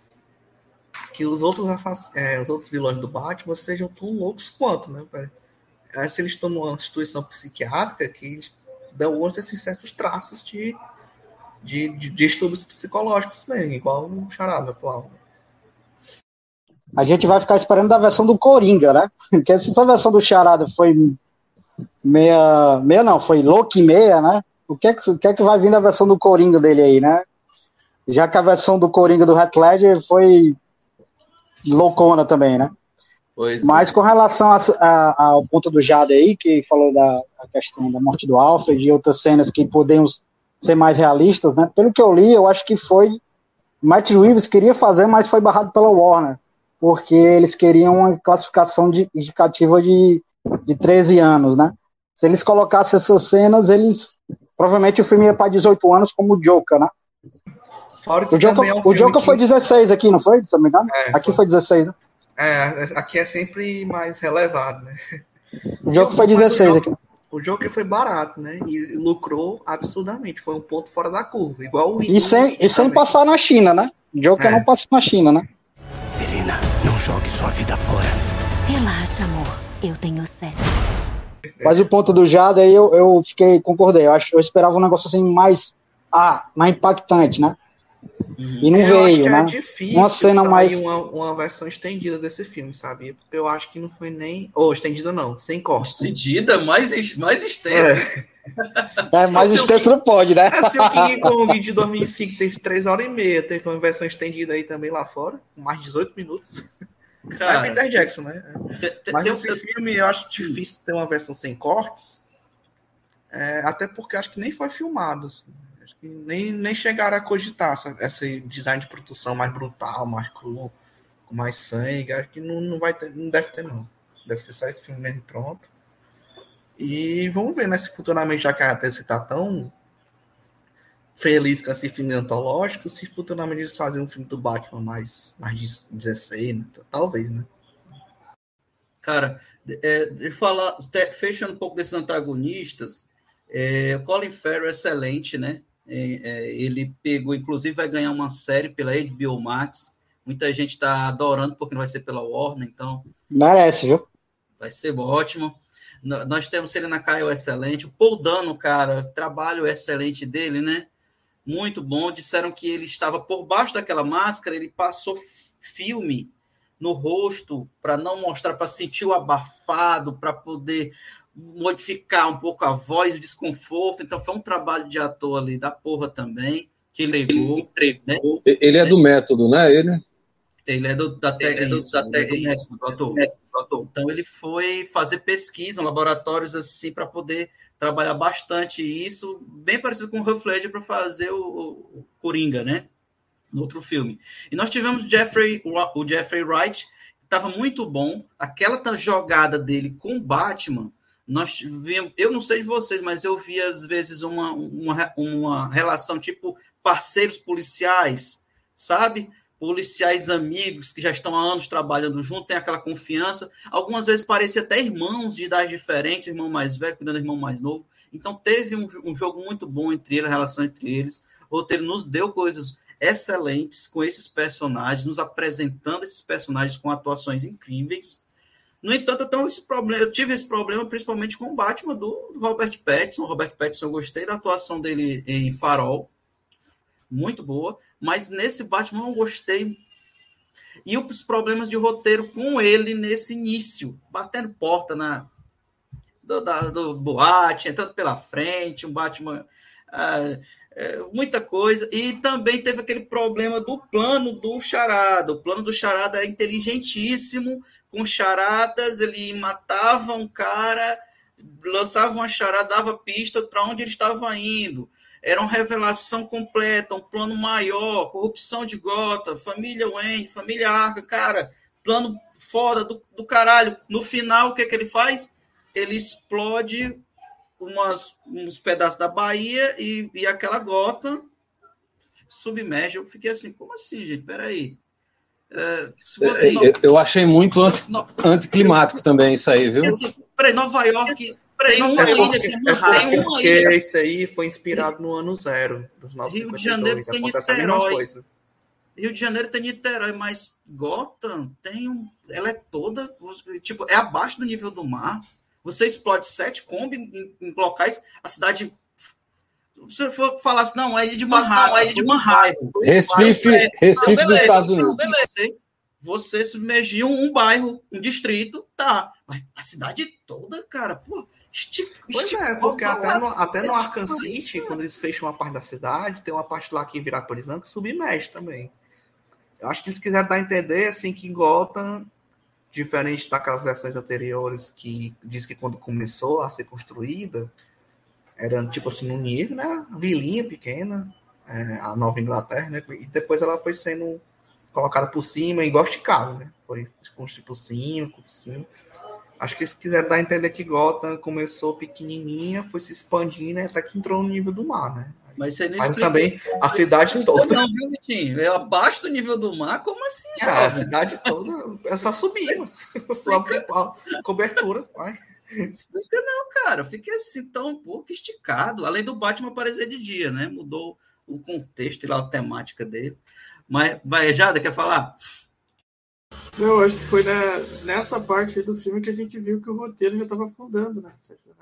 que os outros, é, os outros vilões do Batman sejam tão loucos quanto, né? Aí, se eles estão numa instituição psiquiátrica, que eles dão esses certos traços de, de, de, de estudos psicológicos mesmo, igual o Charada atual. A gente vai ficar esperando da versão do Coringa, né? Porque se essa versão do Charada foi meia... Meia não, foi louca e meia, né? O que é que, o que é que vai vir da versão do Coringa dele aí, né? Já que a versão do Coringa do Heath Ledger foi loucona também, né? Pois Mas é. Com relação a, a, ao ponto do Jade aí, que falou da a questão da morte do Alfred e outras cenas que poderiam ser mais realistas, né? Pelo que eu li, eu acho que foi... Matt Reeves queria fazer, mas foi barrado pela Warner, porque eles queriam uma classificação de, indicativa de de treze anos, né? Se eles colocassem essas cenas, eles... Provavelmente o filme ia para dezoito anos, como o Joker, né? Fora que O Joker, também é um o filme Joker que- foi dezesseis aqui, não foi? Se eu não me engano? É, aqui foi. foi dezesseis, né? É, aqui é sempre mais relevado, né? O Joker foi Mas o dezesseis Joker- aqui. O Joker foi barato, né? E lucrou absurdamente. Foi um ponto fora da curva. Igual o E sem, e sem passar na China, né? O Joker É. não passou na China, né? Celina, não jogue sua vida fora. Relaxa, amor. Eu tenho sete. Mas o ponto do Jada aí eu, eu fiquei, concordei. Eu, acho, eu esperava um negócio assim mais, ah, mais impactante, né? E não eu acho veio, que né? é difícil Uma cena sair mais. uma, uma versão estendida desse filme, sabe? Porque eu acho que não foi nem... Ou estendida não, sem corte. Estendida, mais, mais extensa. É, mais Assim, o extenso não pode, né? É, se o King Kong de dois mil e cinco teve três horas e meia, teve uma versão estendida aí também lá fora, com mais de dezoito minutos. Cara, é Peter Jackson, né? Tem- Mas tem- esse filme eu acho difícil ter uma versão sem cortes, é, até porque acho que nem foi filmado. Assim. Acho que nem, nem chegaram a cogitar essa, esse design de produção mais brutal, mais cru, com mais sangue. Acho que não, não vai ter, não deve ter, não. Deve ser só esse filme mesmo pronto. E vamos ver, né? Se futuramente, já que a T C tá tão feliz com esse filme antológico, se futuramente eles fazem um filme do Batman mais, mais dezesseis, né? Talvez, né? Cara, é, de falar, te- fechando um pouco desses antagonistas, é, o Colin Farrell é excelente, né? É, é, ele pegou, inclusive, vai ganhar uma série pela H B O Max. Muita gente está adorando porque não vai ser pela Warner, então Merece, viu? vai ser ótimo. N- Nós temos Selena Kyle excelente, o Paul Dano, cara, trabalho excelente dele, né? Muito bom. Disseram que ele estava por baixo daquela máscara, ele passou f- filme no rosto para não mostrar, para sentir o abafado, para poder modificar um pouco a voz, o desconforto. Então foi um trabalho de ator ali da porra também, que ele levou, né? Ele é do método, né? Ele? Ele é do, da Ele é do- isso, da ele é do técnica, método, do ator. Então ele foi fazer pesquisa em laboratórios assim para poder trabalhar bastante isso, bem parecido com o Heath Ledger para fazer o, o Coringa, né? No outro filme. E nós tivemos Jeffrey, o Jeffrey Wright, que estava muito bom. Aquela jogada dele com o Batman, nós vimos, eu não sei de vocês, mas eu vi às vezes uma, uma, uma relação tipo parceiros policiais, sabe? Policiais amigos que já estão há anos trabalhando junto, tem aquela confiança. Algumas vezes parecia até irmãos de idade diferente, irmão mais velho cuidando do irmão mais novo. Então teve um, um jogo muito bom entre eles, a relação entre eles. O roteiro nos deu coisas excelentes com esses personagens, nos apresentando esses personagens com atuações incríveis. No entanto, eu, tenho esse problema, eu tive esse problema principalmente com o Batman do Robert Pattinson. O Robert Pattinson, eu gostei da atuação dele em Farol, muito boa, mas nesse Batman eu não gostei. E os problemas de roteiro com ele nesse início, batendo porta na do, da, do boate, entrando pela frente, um Batman... Ah, é, muita coisa, e também teve aquele problema do plano do Charada. O plano do Charada era inteligentíssimo, com charadas, ele matava um cara, lançava uma charada, dava pista para onde ele estava indo. Era uma revelação completa, um plano maior, corrupção de Gotham, família Wayne, família Arca, cara, plano foda do, do caralho. No final, o que, que ele faz? Ele explode umas, uns pedaços da Bahia e, e aquela gota submerge. Eu fiquei assim, como assim, gente? Peraí. É, se você não... eu, eu achei muito anti, anticlimático também isso aí, viu? Assim, peraí, Nova York tem uma é ilha porque, que é é Manhattan, uma porque ilha. esse aí foi inspirado no ano zero dos Rio de Janeiro tem Acontece a mesma Niterói. coisa. Rio de Janeiro tem Niterói, mas Gotham tem um... Ela é toda... Tipo, é abaixo do nível do mar. Você explode sete Kombi em, em locais, a cidade... Se você for falar assim, não, é ilha de Manhattan. Não, é ilha de Manhattan. Recife, É, Recife não, dos Estados Unidos. Não, beleza. Você, você submergiu um bairro, um distrito, tá. Mas a cidade toda, cara, pô... Estic, Pois é, porque até no, até no Arkham City, quando eles fecham uma parte da cidade, tem uma parte lá que vira prisão que submerge também. Eu acho que eles quiseram dar a entender, assim, que Gotham... Diferente daquelas versões anteriores que diz que quando começou a ser construída, era tipo assim, no nível, né? Vilinha pequena, é, a Nova Inglaterra, né? E depois ela foi sendo colocada por cima, igual Chicago, né? Foi construída por cima, por cima. Acho que eles quiseram dar a entender que Gotham começou pequenininha, foi se expandindo, até que entrou no nível do mar, né? Mas você não Mas explica, também a cidade toda. Não, viu, Vitinho? É abaixo do nível do mar? Como assim, é, a cidade toda é só subir, mano. Só a cobertura. Vai. Explica não, cara. Fica assim tão um pouco esticado. Além do Batman aparecer de dia, né? Mudou o contexto e lá a temática dele. Mas, vai, Jada, quer falar? Eu acho que foi na, nessa parte aí do filme que a gente viu que o roteiro já estava afundando, né?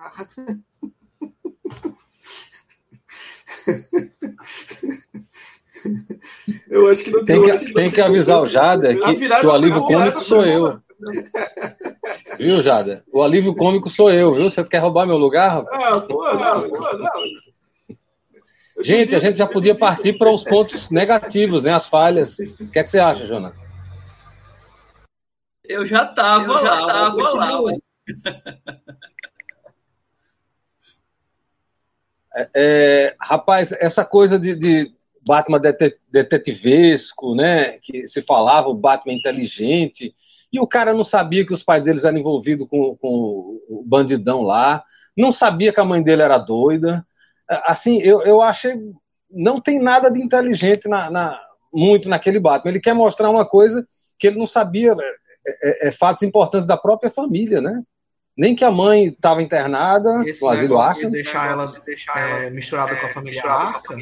Eu acho que não tem que, tem que avisar o Jada que, que o alívio cômico sou eu. Viu, Jada? O alívio cômico sou eu, viu? Você quer roubar meu lugar? Ah, pô, não, pô, não. Gente, a gente já podia partir para os pontos negativos, né? As falhas. O que é que você acha, Jonas? Eu já tava eu lá, já tava lá. É, é, rapaz, essa coisa de, de Batman detetivesco, né? Que se falava o Batman inteligente, e o cara não sabia que os pais deles eram envolvidos com, com o bandidão lá, não sabia que a mãe dele era doida. Assim, eu, eu achei. Não tem nada de inteligente na, na, muito naquele Batman. Ele quer mostrar uma coisa que ele não sabia. É, é, é fatos importantes da própria família, né? Nem que a mãe estava internada no asilo Arkham. Deixar ela, deixar ela é, misturada é, com a família Arkham.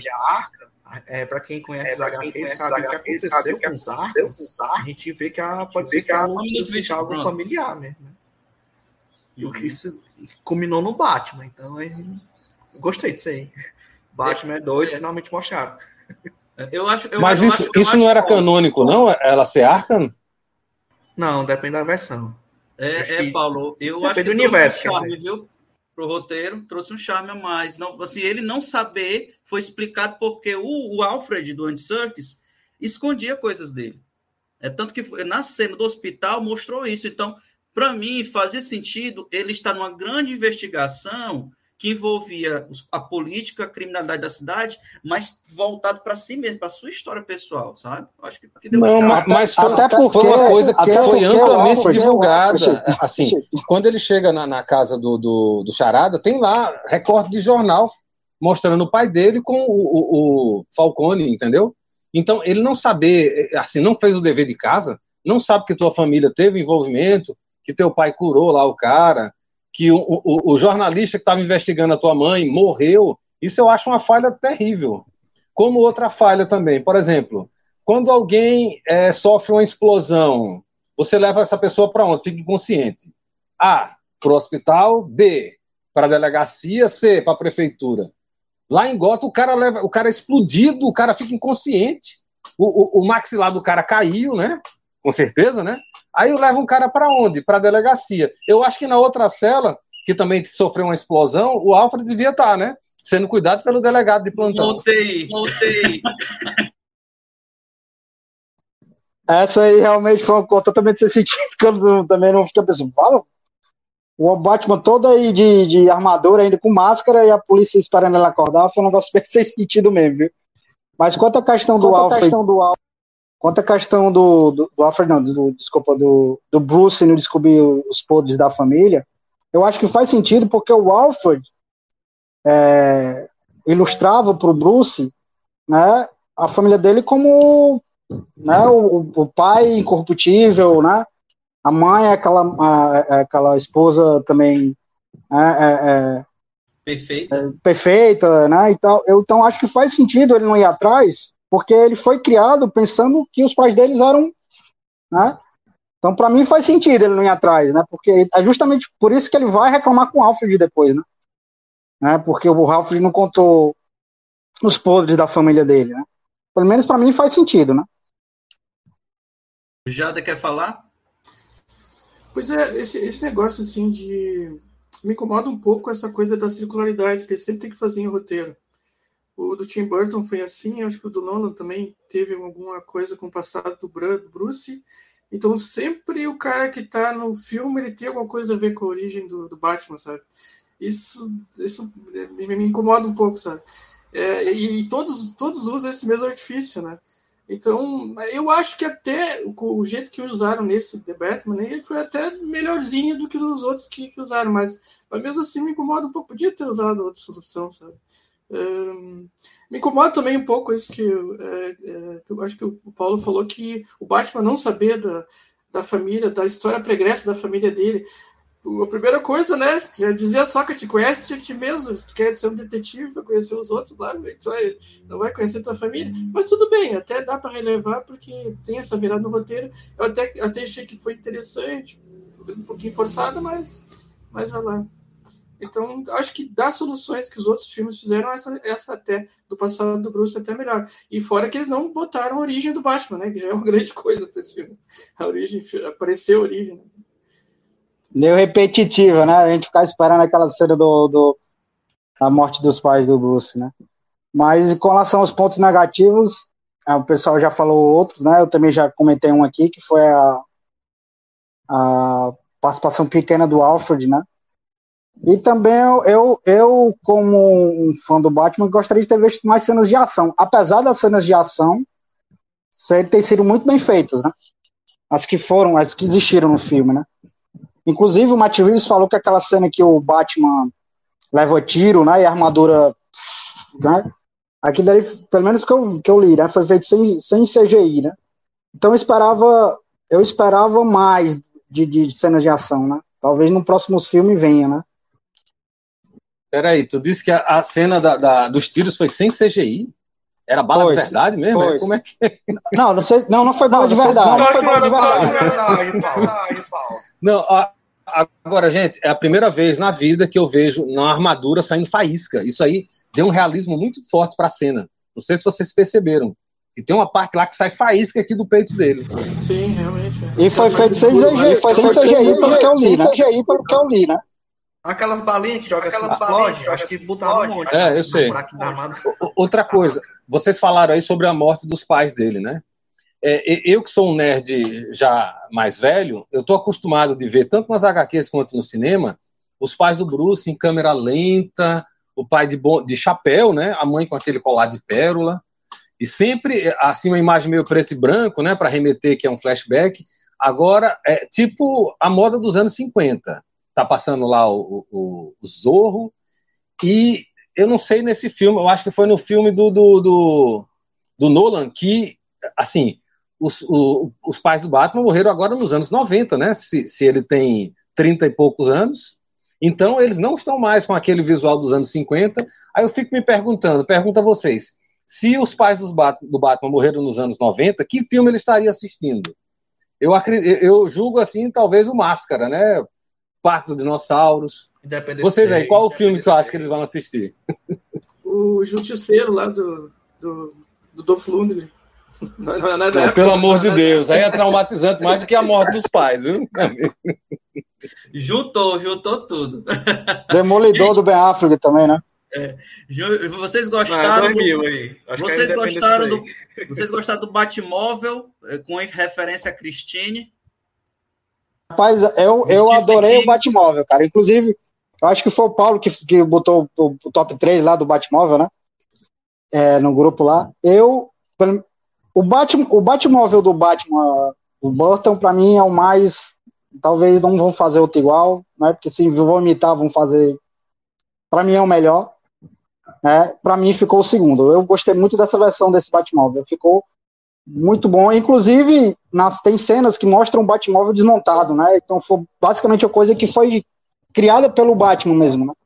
É, para quem conhece é, os H Q, sabe o que aconteceu com os Arkham. A gente vê que a, pode ser que ela ficava familiar mesmo. Né? E o que isso culminou no Batman. Então, eu gostei disso aí. Batman é doido, finalmente mostraram. Eu acho, eu Mas acho, isso, eu isso acho não era canônico, não? Ela ser Arkham? Não, depende da versão. É, é Paulo, eu depende acho que do universo, trouxe um charme, viu? Pro roteiro, trouxe um charme a mais. Não, assim, ele não saber foi explicado porque o, o Alfred do Andy Serkis escondia coisas dele. É tanto que na cena do hospital mostrou isso. Então, para mim, fazia sentido ele estar numa grande investigação que envolvia a política, a criminalidade da cidade, mas voltado para si mesmo, para sua história pessoal, sabe? Acho que, que deu não, um mas, mas foi, até porque, foi uma coisa que foi amplamente divulgada. Assim, quando ele chega na, na casa do, do, do Charada, tem lá recorte de jornal mostrando o pai dele com o, o, o Falcone, entendeu? Então, ele não saber, assim, não fez o dever de casa, não sabe que tua família teve envolvimento, que teu pai curou lá o cara, que o, o, o jornalista que estava investigando a tua mãe morreu. Isso eu acho uma falha terrível. Como outra falha também, por exemplo, quando alguém é, sofre uma explosão, você leva essa pessoa para onde? Fica inconsciente. A, para o hospital. B, para a delegacia. C, para a prefeitura. Lá em Gotham, o cara, leva, o cara é explodido, o cara fica inconsciente. O, o, o maxilar do cara caiu, né? Com certeza, né? Aí leva um cara para onde? Para a delegacia. Eu acho que na outra cela, que também sofreu uma explosão, o Alfred devia estar, né? Sendo cuidado pelo delegado de plantão. Voltei, voltei. Essa aí realmente foi uma coisa totalmente sem sentido, que eu também não fiquei pensando, fala, o Batman todo aí de, de armadura, ainda com máscara, e a polícia esperando ele acordar, foi um negócio bem sem sentido mesmo, viu? Mas quanto à questão do Quanto Alfred... questão do Alfred Quanto à questão do, do, do Alfred, não, do, desculpa, do, do Bruce não descobrir os podres da família, eu acho que faz sentido porque o Alfred é, ilustrava para o Bruce, né, a família dele como, né, o, o pai incorruptível, né, a mãe é aquela, a, aquela esposa também é, é, perfeita, é, perfeita, né, e tal. Eu, então acho que faz sentido ele não ir atrás, porque ele foi criado pensando que os pais deles eram, né? Então, para mim, faz sentido ele não ir atrás, né? Porque é justamente por isso que ele vai reclamar com o Alfred depois, né? né? Porque o Alfred não contou os podres da família dele, né? Pelo menos para mim faz sentido, né? Jada quer falar? Pois é, esse, esse negócio assim de... Me incomoda um pouco essa coisa da circularidade, que ele sempre tem que fazer em roteiro. O do Tim Burton foi assim, acho que o do Nolan também teve alguma coisa com o passado do Bruce. Então sempre o cara que tá no filme, ele tem alguma coisa a ver com a origem do, do Batman, sabe? Isso, isso me, me incomoda um pouco, sabe? É, e, e todos, todos usam esse mesmo artifício, né? Então, eu acho que até o, o jeito que usaram nesse The Batman, ele foi até melhorzinho do que os outros que, que usaram, mas, mas mesmo assim me incomoda um pouco. Podia ter usado outra solução, sabe? Um, me incomoda também um pouco isso que é, é, eu acho que o Paulo falou, que o Batman não saber da, da família, da história pregressa da família dele. A primeira coisa, né? Já dizia só que te conhece de ti mesmo. Se tu quer ser um detetive, vai conhecer os outros lá, tu vai, não vai conhecer tua família. Mas tudo bem, até dá para relevar, porque tem essa virada no roteiro. Eu até, até achei que foi interessante, um pouquinho forçada, mas, mas vai lá. Então, acho que das soluções que os outros filmes fizeram, essa, essa até, do passado do Bruce, é até melhor. E fora que eles não botaram a origem do Batman, né? Que já é uma grande coisa para esse filme. A origem, apareceu a origem. Meio repetitiva, né? A gente ficar esperando aquela cena do, do, da morte dos pais do Bruce, né? Mas com relação aos pontos negativos, o pessoal já falou outros, né? Eu também já comentei um aqui, que foi a, a participação pequena do Alfred, né? E também eu, eu, eu, como um fã do Batman, gostaria de ter visto mais cenas de ação. Apesar das cenas de ação terem sido muito bem feitas, né? As que foram, as que existiram no filme, né? Inclusive, o Matt Reeves falou que aquela cena que o Batman leva tiro, né, e a armadura, né, aquilo daí, pelo menos que eu, que eu li, né, foi feito sem, sem C G I, né. Então eu esperava, eu esperava mais de, de cenas de ação, né. Talvez no próximo filme venha, né. Peraí, tu disse que a, a cena da, da, dos tiros foi sem C G I? Era bala pois, de verdade mesmo? Pois. Como é que... Não, não, sei, não, não foi bala não, de verdade. Não, não foi bala de verdade. verdade, verdade Paulo. Não, a, agora, gente, é a primeira vez na vida que eu vejo na armadura saindo faísca. Isso aí deu um realismo muito forte para a cena. Não sei se vocês perceberam. Que tem uma parte lá que sai faísca aqui do peito dele. Sim, realmente. É. E foi feito sem C G I, foi sem C G I pelo que eu li, né? C G I pelo que eu li, né? Aquelas balinhas que joga assim, explode, acho que botaram um monte. É, eu sei. Outra coisa, vocês falaram aí sobre a morte dos pais dele, né? É, eu que sou um nerd já mais velho, eu tô acostumado de ver, tanto nas H Qs quanto no cinema, os pais do Bruce em câmera lenta, o pai de, de chapéu, né? A mãe com aquele colar de pérola, e sempre, assim, uma imagem meio preto e branco, né? Para remeter que é um flashback. Agora, é tipo a moda dos anos cinquenta. Tá passando lá o, o, o Zorro, e eu não sei nesse filme, eu acho que foi no filme do, do, do, do Nolan, que, assim, os, o, os pais do Batman morreram agora nos anos noventa, né, se, se ele tem trinta e poucos anos, então eles não estão mais com aquele visual dos anos cinquenta, aí eu fico me perguntando, pergunto a vocês, se os pais do Batman, do Batman morreram nos anos noventa, que filme ele estaria assistindo? Eu, acredito, eu julgo, assim, talvez o Máscara, né, Parque dos Dinossauros. Vocês aí, qual o filme que eu acho que eles vão assistir? O Justiceiro lá do, do, do Dolph Lundgren. Não, não, não, não, pelo amor de Deus, aí é traumatizante mais do que a morte dos pais, viu? Juntou, juntou tudo. Demolidor do Ben Affleck também, né? É, vocês gostaram ah, do, aí. Vocês gostaram do vocês gostaram do Batmóvel com referência a Christine? Rapaz, eu, eu adorei o Batmóvel, cara. Inclusive, eu acho que foi o Paulo que, que botou o, o top três lá do Batmóvel, né? É, no grupo lá. Eu, o, Batman, o Batmóvel do Batman, o Burton, pra mim, é o mais... Talvez não vão fazer outro igual, né? Porque se vão imitar, vão fazer... Pra mim é o melhor. Né? Pra mim ficou o segundo. Eu gostei muito dessa versão desse Batmóvel. Ficou muito bom, inclusive nas, tem cenas que mostram o Batmóvel desmontado, né? Então foi basicamente a coisa que foi criada pelo Batman mesmo, né?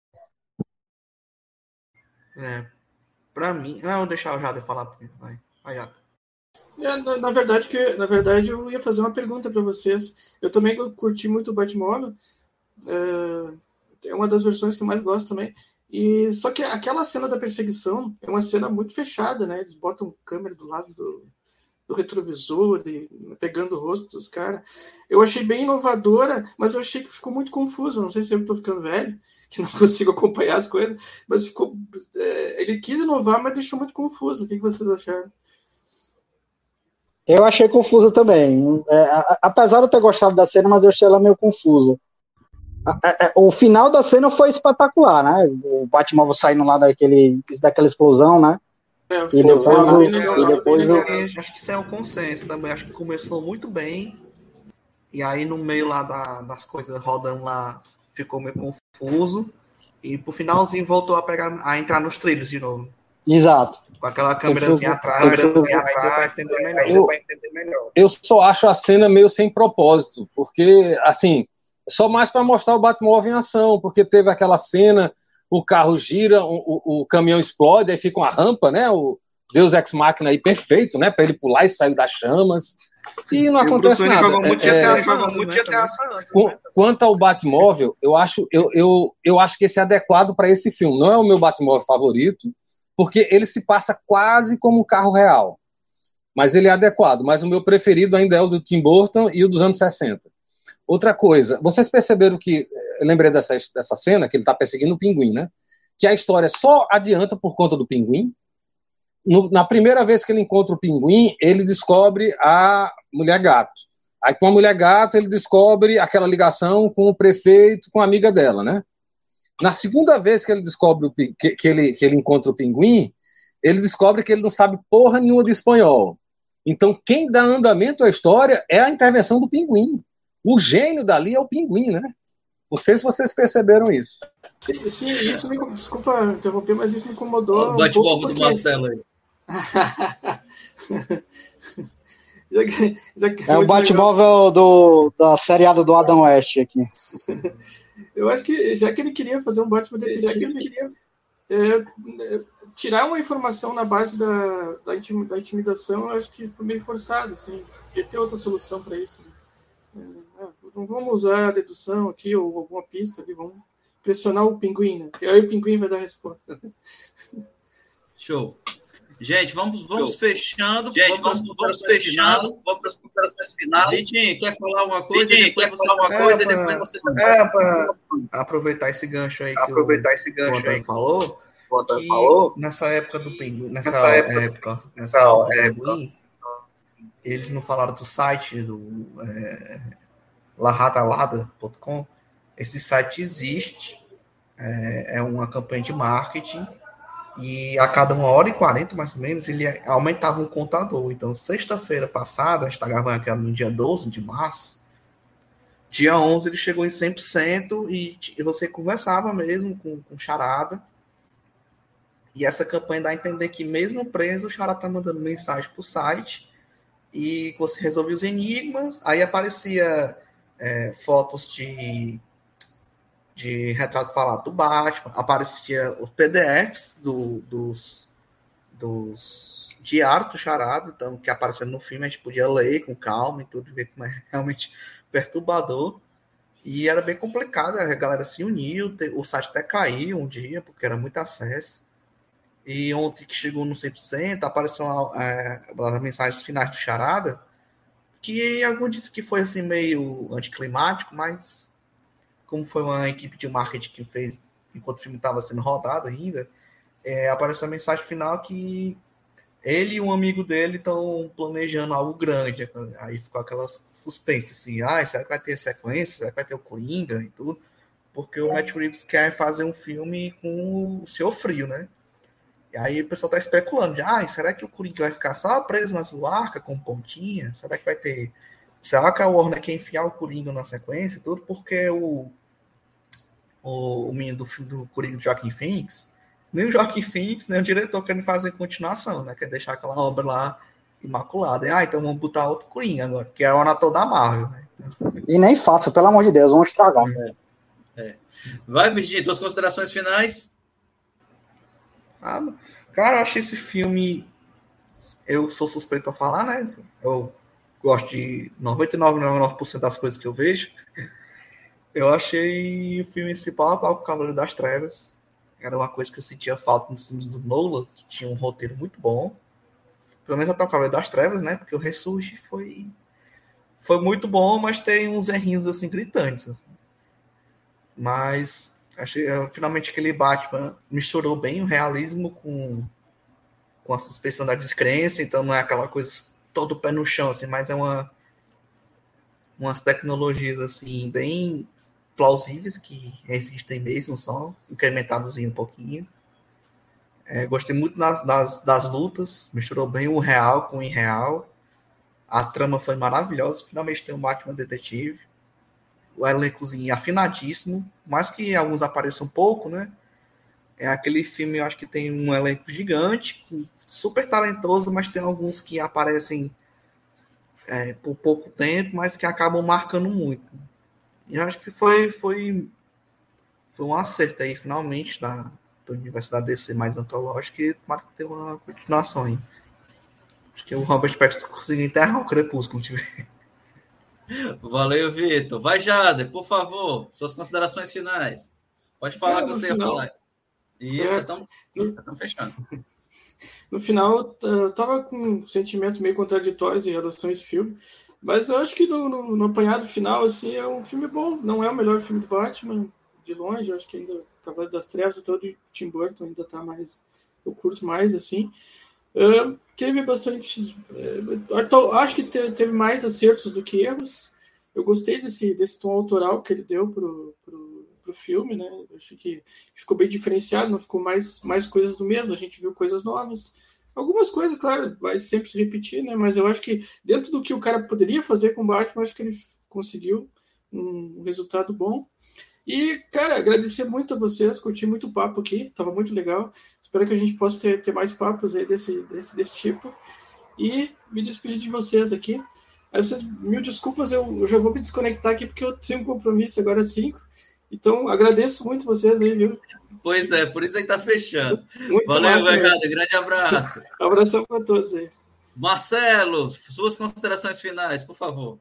É, pra mim, não, vou deixar o Jada falar, vai, vai Jada. É, na, na verdade que, na verdade eu ia fazer uma pergunta para vocês. Eu também curti muito o Batmóvel, é, é uma das versões que eu mais gosto também. E, só que aquela cena da perseguição é uma cena muito fechada, né? Eles botam câmera do lado do, do retrovisor e pegando o rosto dos caras. Eu achei bem inovadora, mas eu achei que ficou muito confuso. Não sei se eu estou ficando velho, que não consigo acompanhar as coisas, mas ficou, é, ele quis inovar, mas deixou muito confuso. O que, que vocês acharam? Eu achei confuso também. É, apesar de eu ter gostado da cena, mas eu achei ela meio confusa. O final da cena foi espetacular, né? O Batmóvel saindo lá daquele, daquela explosão, né? É, E depois, Foi o, bem e legal. depois o, Acho que isso é o consenso também. Acho que começou muito bem. E aí, no meio lá da- das coisas rodando lá, ficou meio confuso. E pro finalzinho voltou a pegar, a entrar nos trilhos de novo. exato. Com aquela Tem que câmerazinha ser- atrás, tem que ser- aí, aí deu pra entender melhor. Eu, eu só acho a cena meio sem propósito, porque, assim, só mais para mostrar o Batmóvel em ação, porque teve aquela cena, o carro gira, o, o, o caminhão explode, aí fica uma rampa, né? O Deus Ex Machina aí perfeito, né? Para ele pular e sair das chamas. E não E o acontece Bruce Wayne nada. jogou muito É, G T A é, San Andreas, né, também. Qu- Quanto ao Batmóvel, eu acho, eu, eu, eu acho que esse é adequado para esse filme. Não é o meu Batmóvel favorito, porque ele se passa quase como um carro real. Mas ele é adequado. Mas o meu preferido ainda é o do Tim Burton e o dos anos sessenta. Outra coisa, vocês perceberam que, eu lembrei dessa, dessa cena, que ele está perseguindo o pinguim, né? Que a história só adianta por conta do pinguim. No, na primeira vez que ele encontra o pinguim, ele descobre a mulher gato. Aí com a mulher gato ele descobre aquela ligação com o prefeito, com a amiga dela, né? Na segunda vez que ele descobre o, que, que, ele, que ele encontra o pinguim, ele descobre que ele não sabe porra nenhuma de espanhol. Então quem dá andamento à história é a intervenção do pinguim. O gênio dali é o pinguim, né? Não sei se vocês perceberam isso. Sim, sim, isso me, desculpa interromper, mas isso me incomodou. O um bate-bola pouco do porque... Marcelo aí. já que, já que É o Batmóvel do, da seriada do Adam West aqui. Eu acho que, já que ele queria fazer um Batman detetive, queria, é, é, tirar uma informação na base da, da, intim, da intimidação, eu acho que foi meio forçado. Assim, podia ter outra solução para isso. Né? É, não vamos usar a dedução aqui ou alguma pista ali, vamos pressionar o pinguim, né? Porque aí o pinguim vai dar a resposta. Show. Gente, vamos, vamos Show. fechando. Gente, vamos, vamos, vamos vamos fechando. finais. Vamos para as considerações finais. Vitinho, quer falar alguma coisa? Vitinho, Depois quer você falar alguma É, coisa? pra- Depois você É, para aproveitar esse gancho aí que aproveitar o, esse o gancho Antônio aí. falou, O Antônio que falou. nessa época do pinguim, nessa, Nessa época- época, nessa nessa época do época. pinguim, eles não falaram do site do é, la rata lada ponto com. Esse site existe, é, é uma campanha de marketing e a cada uma hora e quarenta, mais ou menos, ele aumentava um contador. Então, sexta-feira passada, a gente está gravando aqui no dia doze de março, dia onze ele chegou em cem por cento e, e você conversava mesmo com, com o Charada. E essa campanha dá a entender que mesmo preso, o Charada está mandando mensagem para o site e você resolvia os enigmas, aí aparecia é, fotos de de retrato falado do Batman, aparecia os P D Fs do, dos, dos diários do Charada, então, que aparecendo no filme, a gente podia ler com calma e tudo, ver como é realmente perturbador. E era bem complicado, a galera se uniu, o site até caiu um dia, porque era muito acesso. E ontem que chegou no cem por cento, apareceu é, as mensagens finais do Charada, que alguns disse que foi assim meio anticlimático, mas como foi uma equipe de marketing que fez enquanto o filme estava sendo rodado ainda, é, apareceu a mensagem final que ele e um amigo dele estão planejando algo grande. Aí ficou aquela suspense assim, ah, será que vai ter sequência? Será que vai ter o Coringa e tudo? Porque o Matt Reeves quer fazer um filme com o Senhor Frio, né? E aí o pessoal tá especulando, de, ah, será que o Coringa vai ficar só preso na sua arca com pontinha? Será que vai ter... Será que a Warner quer enfiar o Coringa na sequência e tudo? Porque o o, o menino do filme do Coringa, Joaquin Phoenix, nem o Joaquin Phoenix, nem o diretor querem fazer continuação, né? Quer deixar aquela obra lá imaculada. E, ah, então vamos botar outro Coringa agora, que é o ator da Marvel, né? E nem faço, pelo amor de Deus, vamos estragar. É. É. Vai, Virginia, tuas considerações finais? Ah, cara, eu achei esse filme... Eu sou suspeito para falar, né? Eu gosto de noventa e nove vírgula nove por cento das coisas que eu vejo. Eu achei o filme esse pau a pau com o Cavaleiro das Trevas. Era uma coisa que eu sentia falta nos filmes do Nolan, que tinha um roteiro muito bom. Pelo menos até o Cavaleiro das Trevas, né? Porque o Ressurge foi, foi muito bom, mas tem uns errinhos assim gritantes. Assim. Mas achei finalmente aquele Batman misturou bem o realismo com, com a suspensão da descrença, então não é aquela coisa todo pé no chão, assim, mas é uma umas tecnologias assim bem plausíveis que existem mesmo, só incrementados um pouquinho. É, gostei muito das, das, das lutas, misturou bem o real com o irreal. A trama foi maravilhosa, finalmente tem um Batman detetive. O elencozinho afinadíssimo, mais que alguns apareçam pouco, né? É aquele filme, eu acho que tem um elenco gigante, super talentoso, mas tem alguns que aparecem é, por pouco tempo, mas que acabam marcando muito. E eu acho que foi, foi, foi um acerto aí, finalmente, da, do universo da D C mais antológico, e tomara que tenha uma continuação aí. Acho que o Robert Pattinson conseguiu enterrar o Crepúsculo. Valeu, Vitor. Vai, Jader, por favor, suas considerações finais. Pode falar É, que você ia final. falar. Isso, estamos fechando. No final, eu tava com sentimentos meio contraditórios em relação a esse filme, mas eu acho que no, no, no apanhado final, assim, é um filme bom. Não é o melhor filme do Batman, de longe. Eu acho que ainda o Cavaleiro das Trevas, até o de Tim Burton, ainda tá mais... Eu curto mais, assim. Uh, teve bastante... Uh, acho que te, teve mais acertos do que erros. Eu gostei desse, desse tom autoral que ele deu pro... pro pro filme, né? Eu acho que ficou bem diferenciado, não ficou mais, mais coisas do mesmo, a gente viu coisas novas. Algumas coisas, claro, vai sempre se repetir, né? Mas eu acho que dentro do que o cara poderia fazer com o Batman, acho que ele conseguiu um resultado bom. E, cara, agradecer muito a vocês, curti muito o papo aqui, tava muito legal. Espero que a gente possa ter, ter mais papos aí desse, desse, desse tipo. E me despedir de vocês aqui. Aí vocês, mil desculpas, eu, eu já vou me desconectar aqui porque eu tenho um compromisso agora às cinco. Então, agradeço muito vocês aí, viu? Pois é, por isso aí tá fechando. Muito Valeu, Vegada, grande abraço. Abração para todos aí. Marcelo, suas considerações finais, por favor.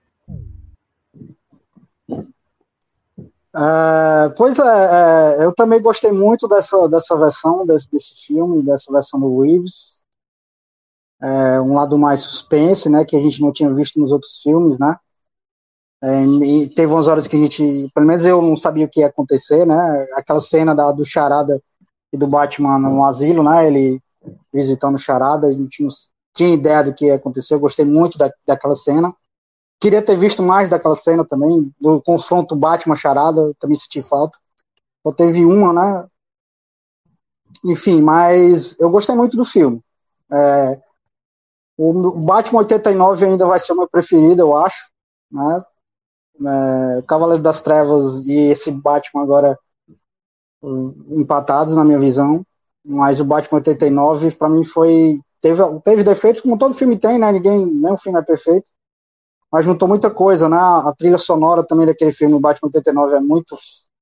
É, pois é, é, eu também gostei muito dessa, dessa versão, desse, desse filme, dessa versão do Reeves. É, um lado mais suspense, né, que a gente não tinha visto nos outros filmes, né? É, e teve umas horas que a gente, pelo menos eu não sabia o que ia acontecer, né? Aquela cena da, do Charada e do Batman no asilo, né? Ele visitando o Charada, a gente não tinha ideia do que ia acontecer. Eu gostei muito da, daquela cena. Queria ter visto mais daquela cena também, do confronto Batman-Charada, também senti falta. Só teve uma, né? Enfim, mas eu gostei muito do filme. É, o Batman oitenta e nove ainda vai ser o meu preferido, eu acho, né? É, Cavaleiro das Trevas e esse Batman agora empatados na minha visão, mas o Batman oitenta e nove para mim foi teve, teve defeitos como todo filme tem, né? Ninguém, nenhum filme é perfeito, mas juntou muita coisa, né? A trilha sonora também daquele filme, o Batman oitenta e nove, é muito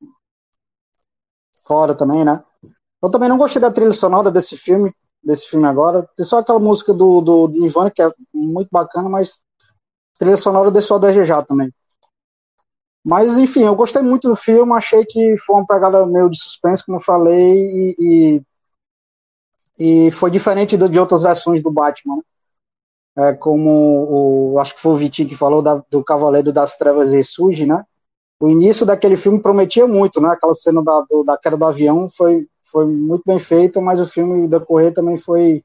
fora também, né? Eu também não gostei da trilha sonora desse filme, desse filme agora. Tem só aquela música do, do Nirvana que é muito bacana, mas a trilha sonora deixou a desejar também. Mas, enfim, eu gostei muito do filme, achei que foi uma pegada meio de suspense, como eu falei, e, e, e foi diferente de outras versões do Batman, né? É, como, o, acho que foi o Vitinho que falou da, do Cavaleiro das Trevas Ressurge, né? O início daquele filme prometia muito, né? Aquela cena da, do, da queda do avião foi, foi muito bem feita, mas o filme decorrer também foi,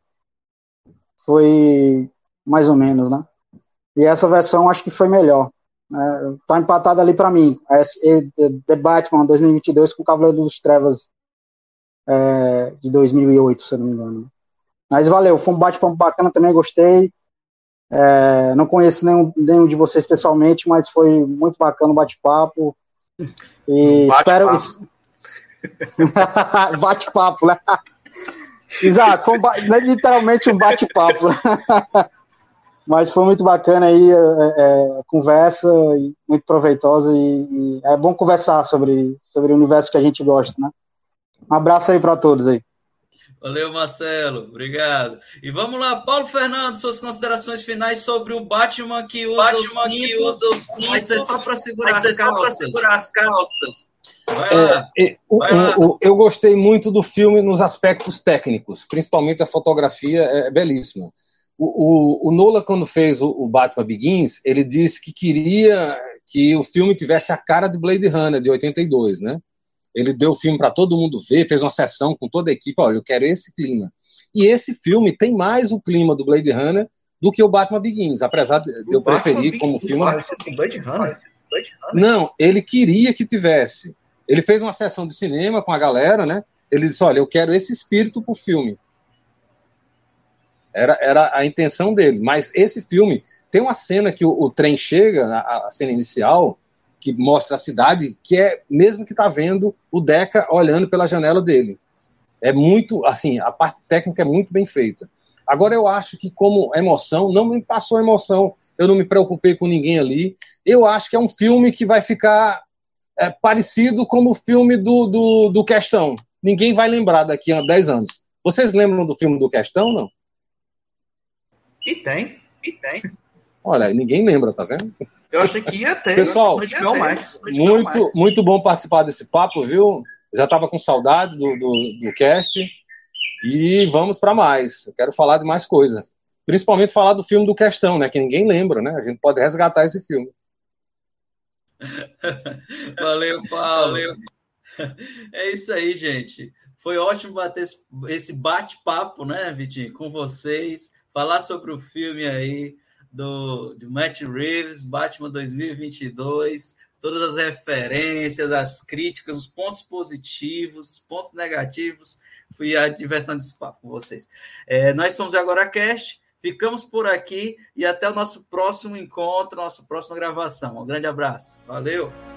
foi mais ou menos, né? E essa versão acho que foi melhor. É, tá empatado ali para mim, The Batman dois mil e vinte e dois com o Cavaleiro das Trevas é, de dois mil e oito, se eu não me engano. Mas valeu, foi um bate-papo bacana também, gostei. É, não conheço nenhum, nenhum de vocês pessoalmente, mas foi muito bacana o bate-papo. E espero. Bate-papo, né? Exato, foi um ba... não é literalmente um bate-papo. Mas foi muito bacana aí a, a, a conversa, muito proveitosa, e, e é bom conversar sobre, sobre o universo que a gente gosta, né? Um abraço aí para todos aí. Valeu, Marcelo, obrigado. E vamos lá, Paulo Fernando, suas considerações finais sobre o Batman que usa Batman o cinto, que usa o cinto, mas é só para segurar, segurar as calças. Vai lá, é, vai o, lá. O, eu gostei muito do filme nos aspectos técnicos, principalmente a fotografia é, é belíssima. O, o, o Nolan, quando fez o, o Batman Begins, ele disse que queria que o filme tivesse a cara de Blade Runner, de oitenta e dois, né? Ele deu o filme para todo mundo ver, fez uma sessão com toda a equipe, olha, eu quero esse clima. E esse filme tem mais o clima do Blade Runner do que o Batman Begins, apesar de eu preferir como filme... Blade Runner? Não, ele queria que tivesse. Ele fez uma sessão de cinema com a galera, né? Ele disse, olha, eu quero esse espírito pro filme. Era, era a intenção dele. Mas esse filme, tem uma cena que o, o trem chega, a, a cena inicial, que mostra a cidade, que é mesmo que tá vendo o Deca olhando pela janela dele. É muito, assim, a parte técnica é muito bem feita. Agora eu acho que como emoção, não me passou emoção, eu não me preocupei com ninguém ali. Eu acho que é um filme que vai ficar é, parecido como o filme do, do, do Questão. Ninguém vai lembrar daqui a dez anos. Vocês lembram do filme do Questão, não? E tem, e tem. Olha, ninguém lembra, tá vendo? Eu achei que ia ter. Pessoal, H B O Max. muito, muito bom participar desse papo, viu? Já estava com saudade do, do, do cast. E vamos para mais. Eu quero falar de mais coisas. Principalmente falar do filme do Questão, né? Que ninguém lembra, né? A gente pode resgatar esse filme. Valeu, Paulo. Valeu. É isso aí, gente. Foi ótimo bater esse bate-papo, né, Vitinho, com vocês. Falar sobre o filme aí do, de Matt Reeves, Batman dois mil e vinte e dois, todas as referências, as críticas, os pontos positivos, pontos negativos. Fui a diversão desse papo com vocês. É, nós somos o Agora Cast, ficamos por aqui e até o nosso próximo encontro, nossa próxima gravação. Um grande abraço. Valeu!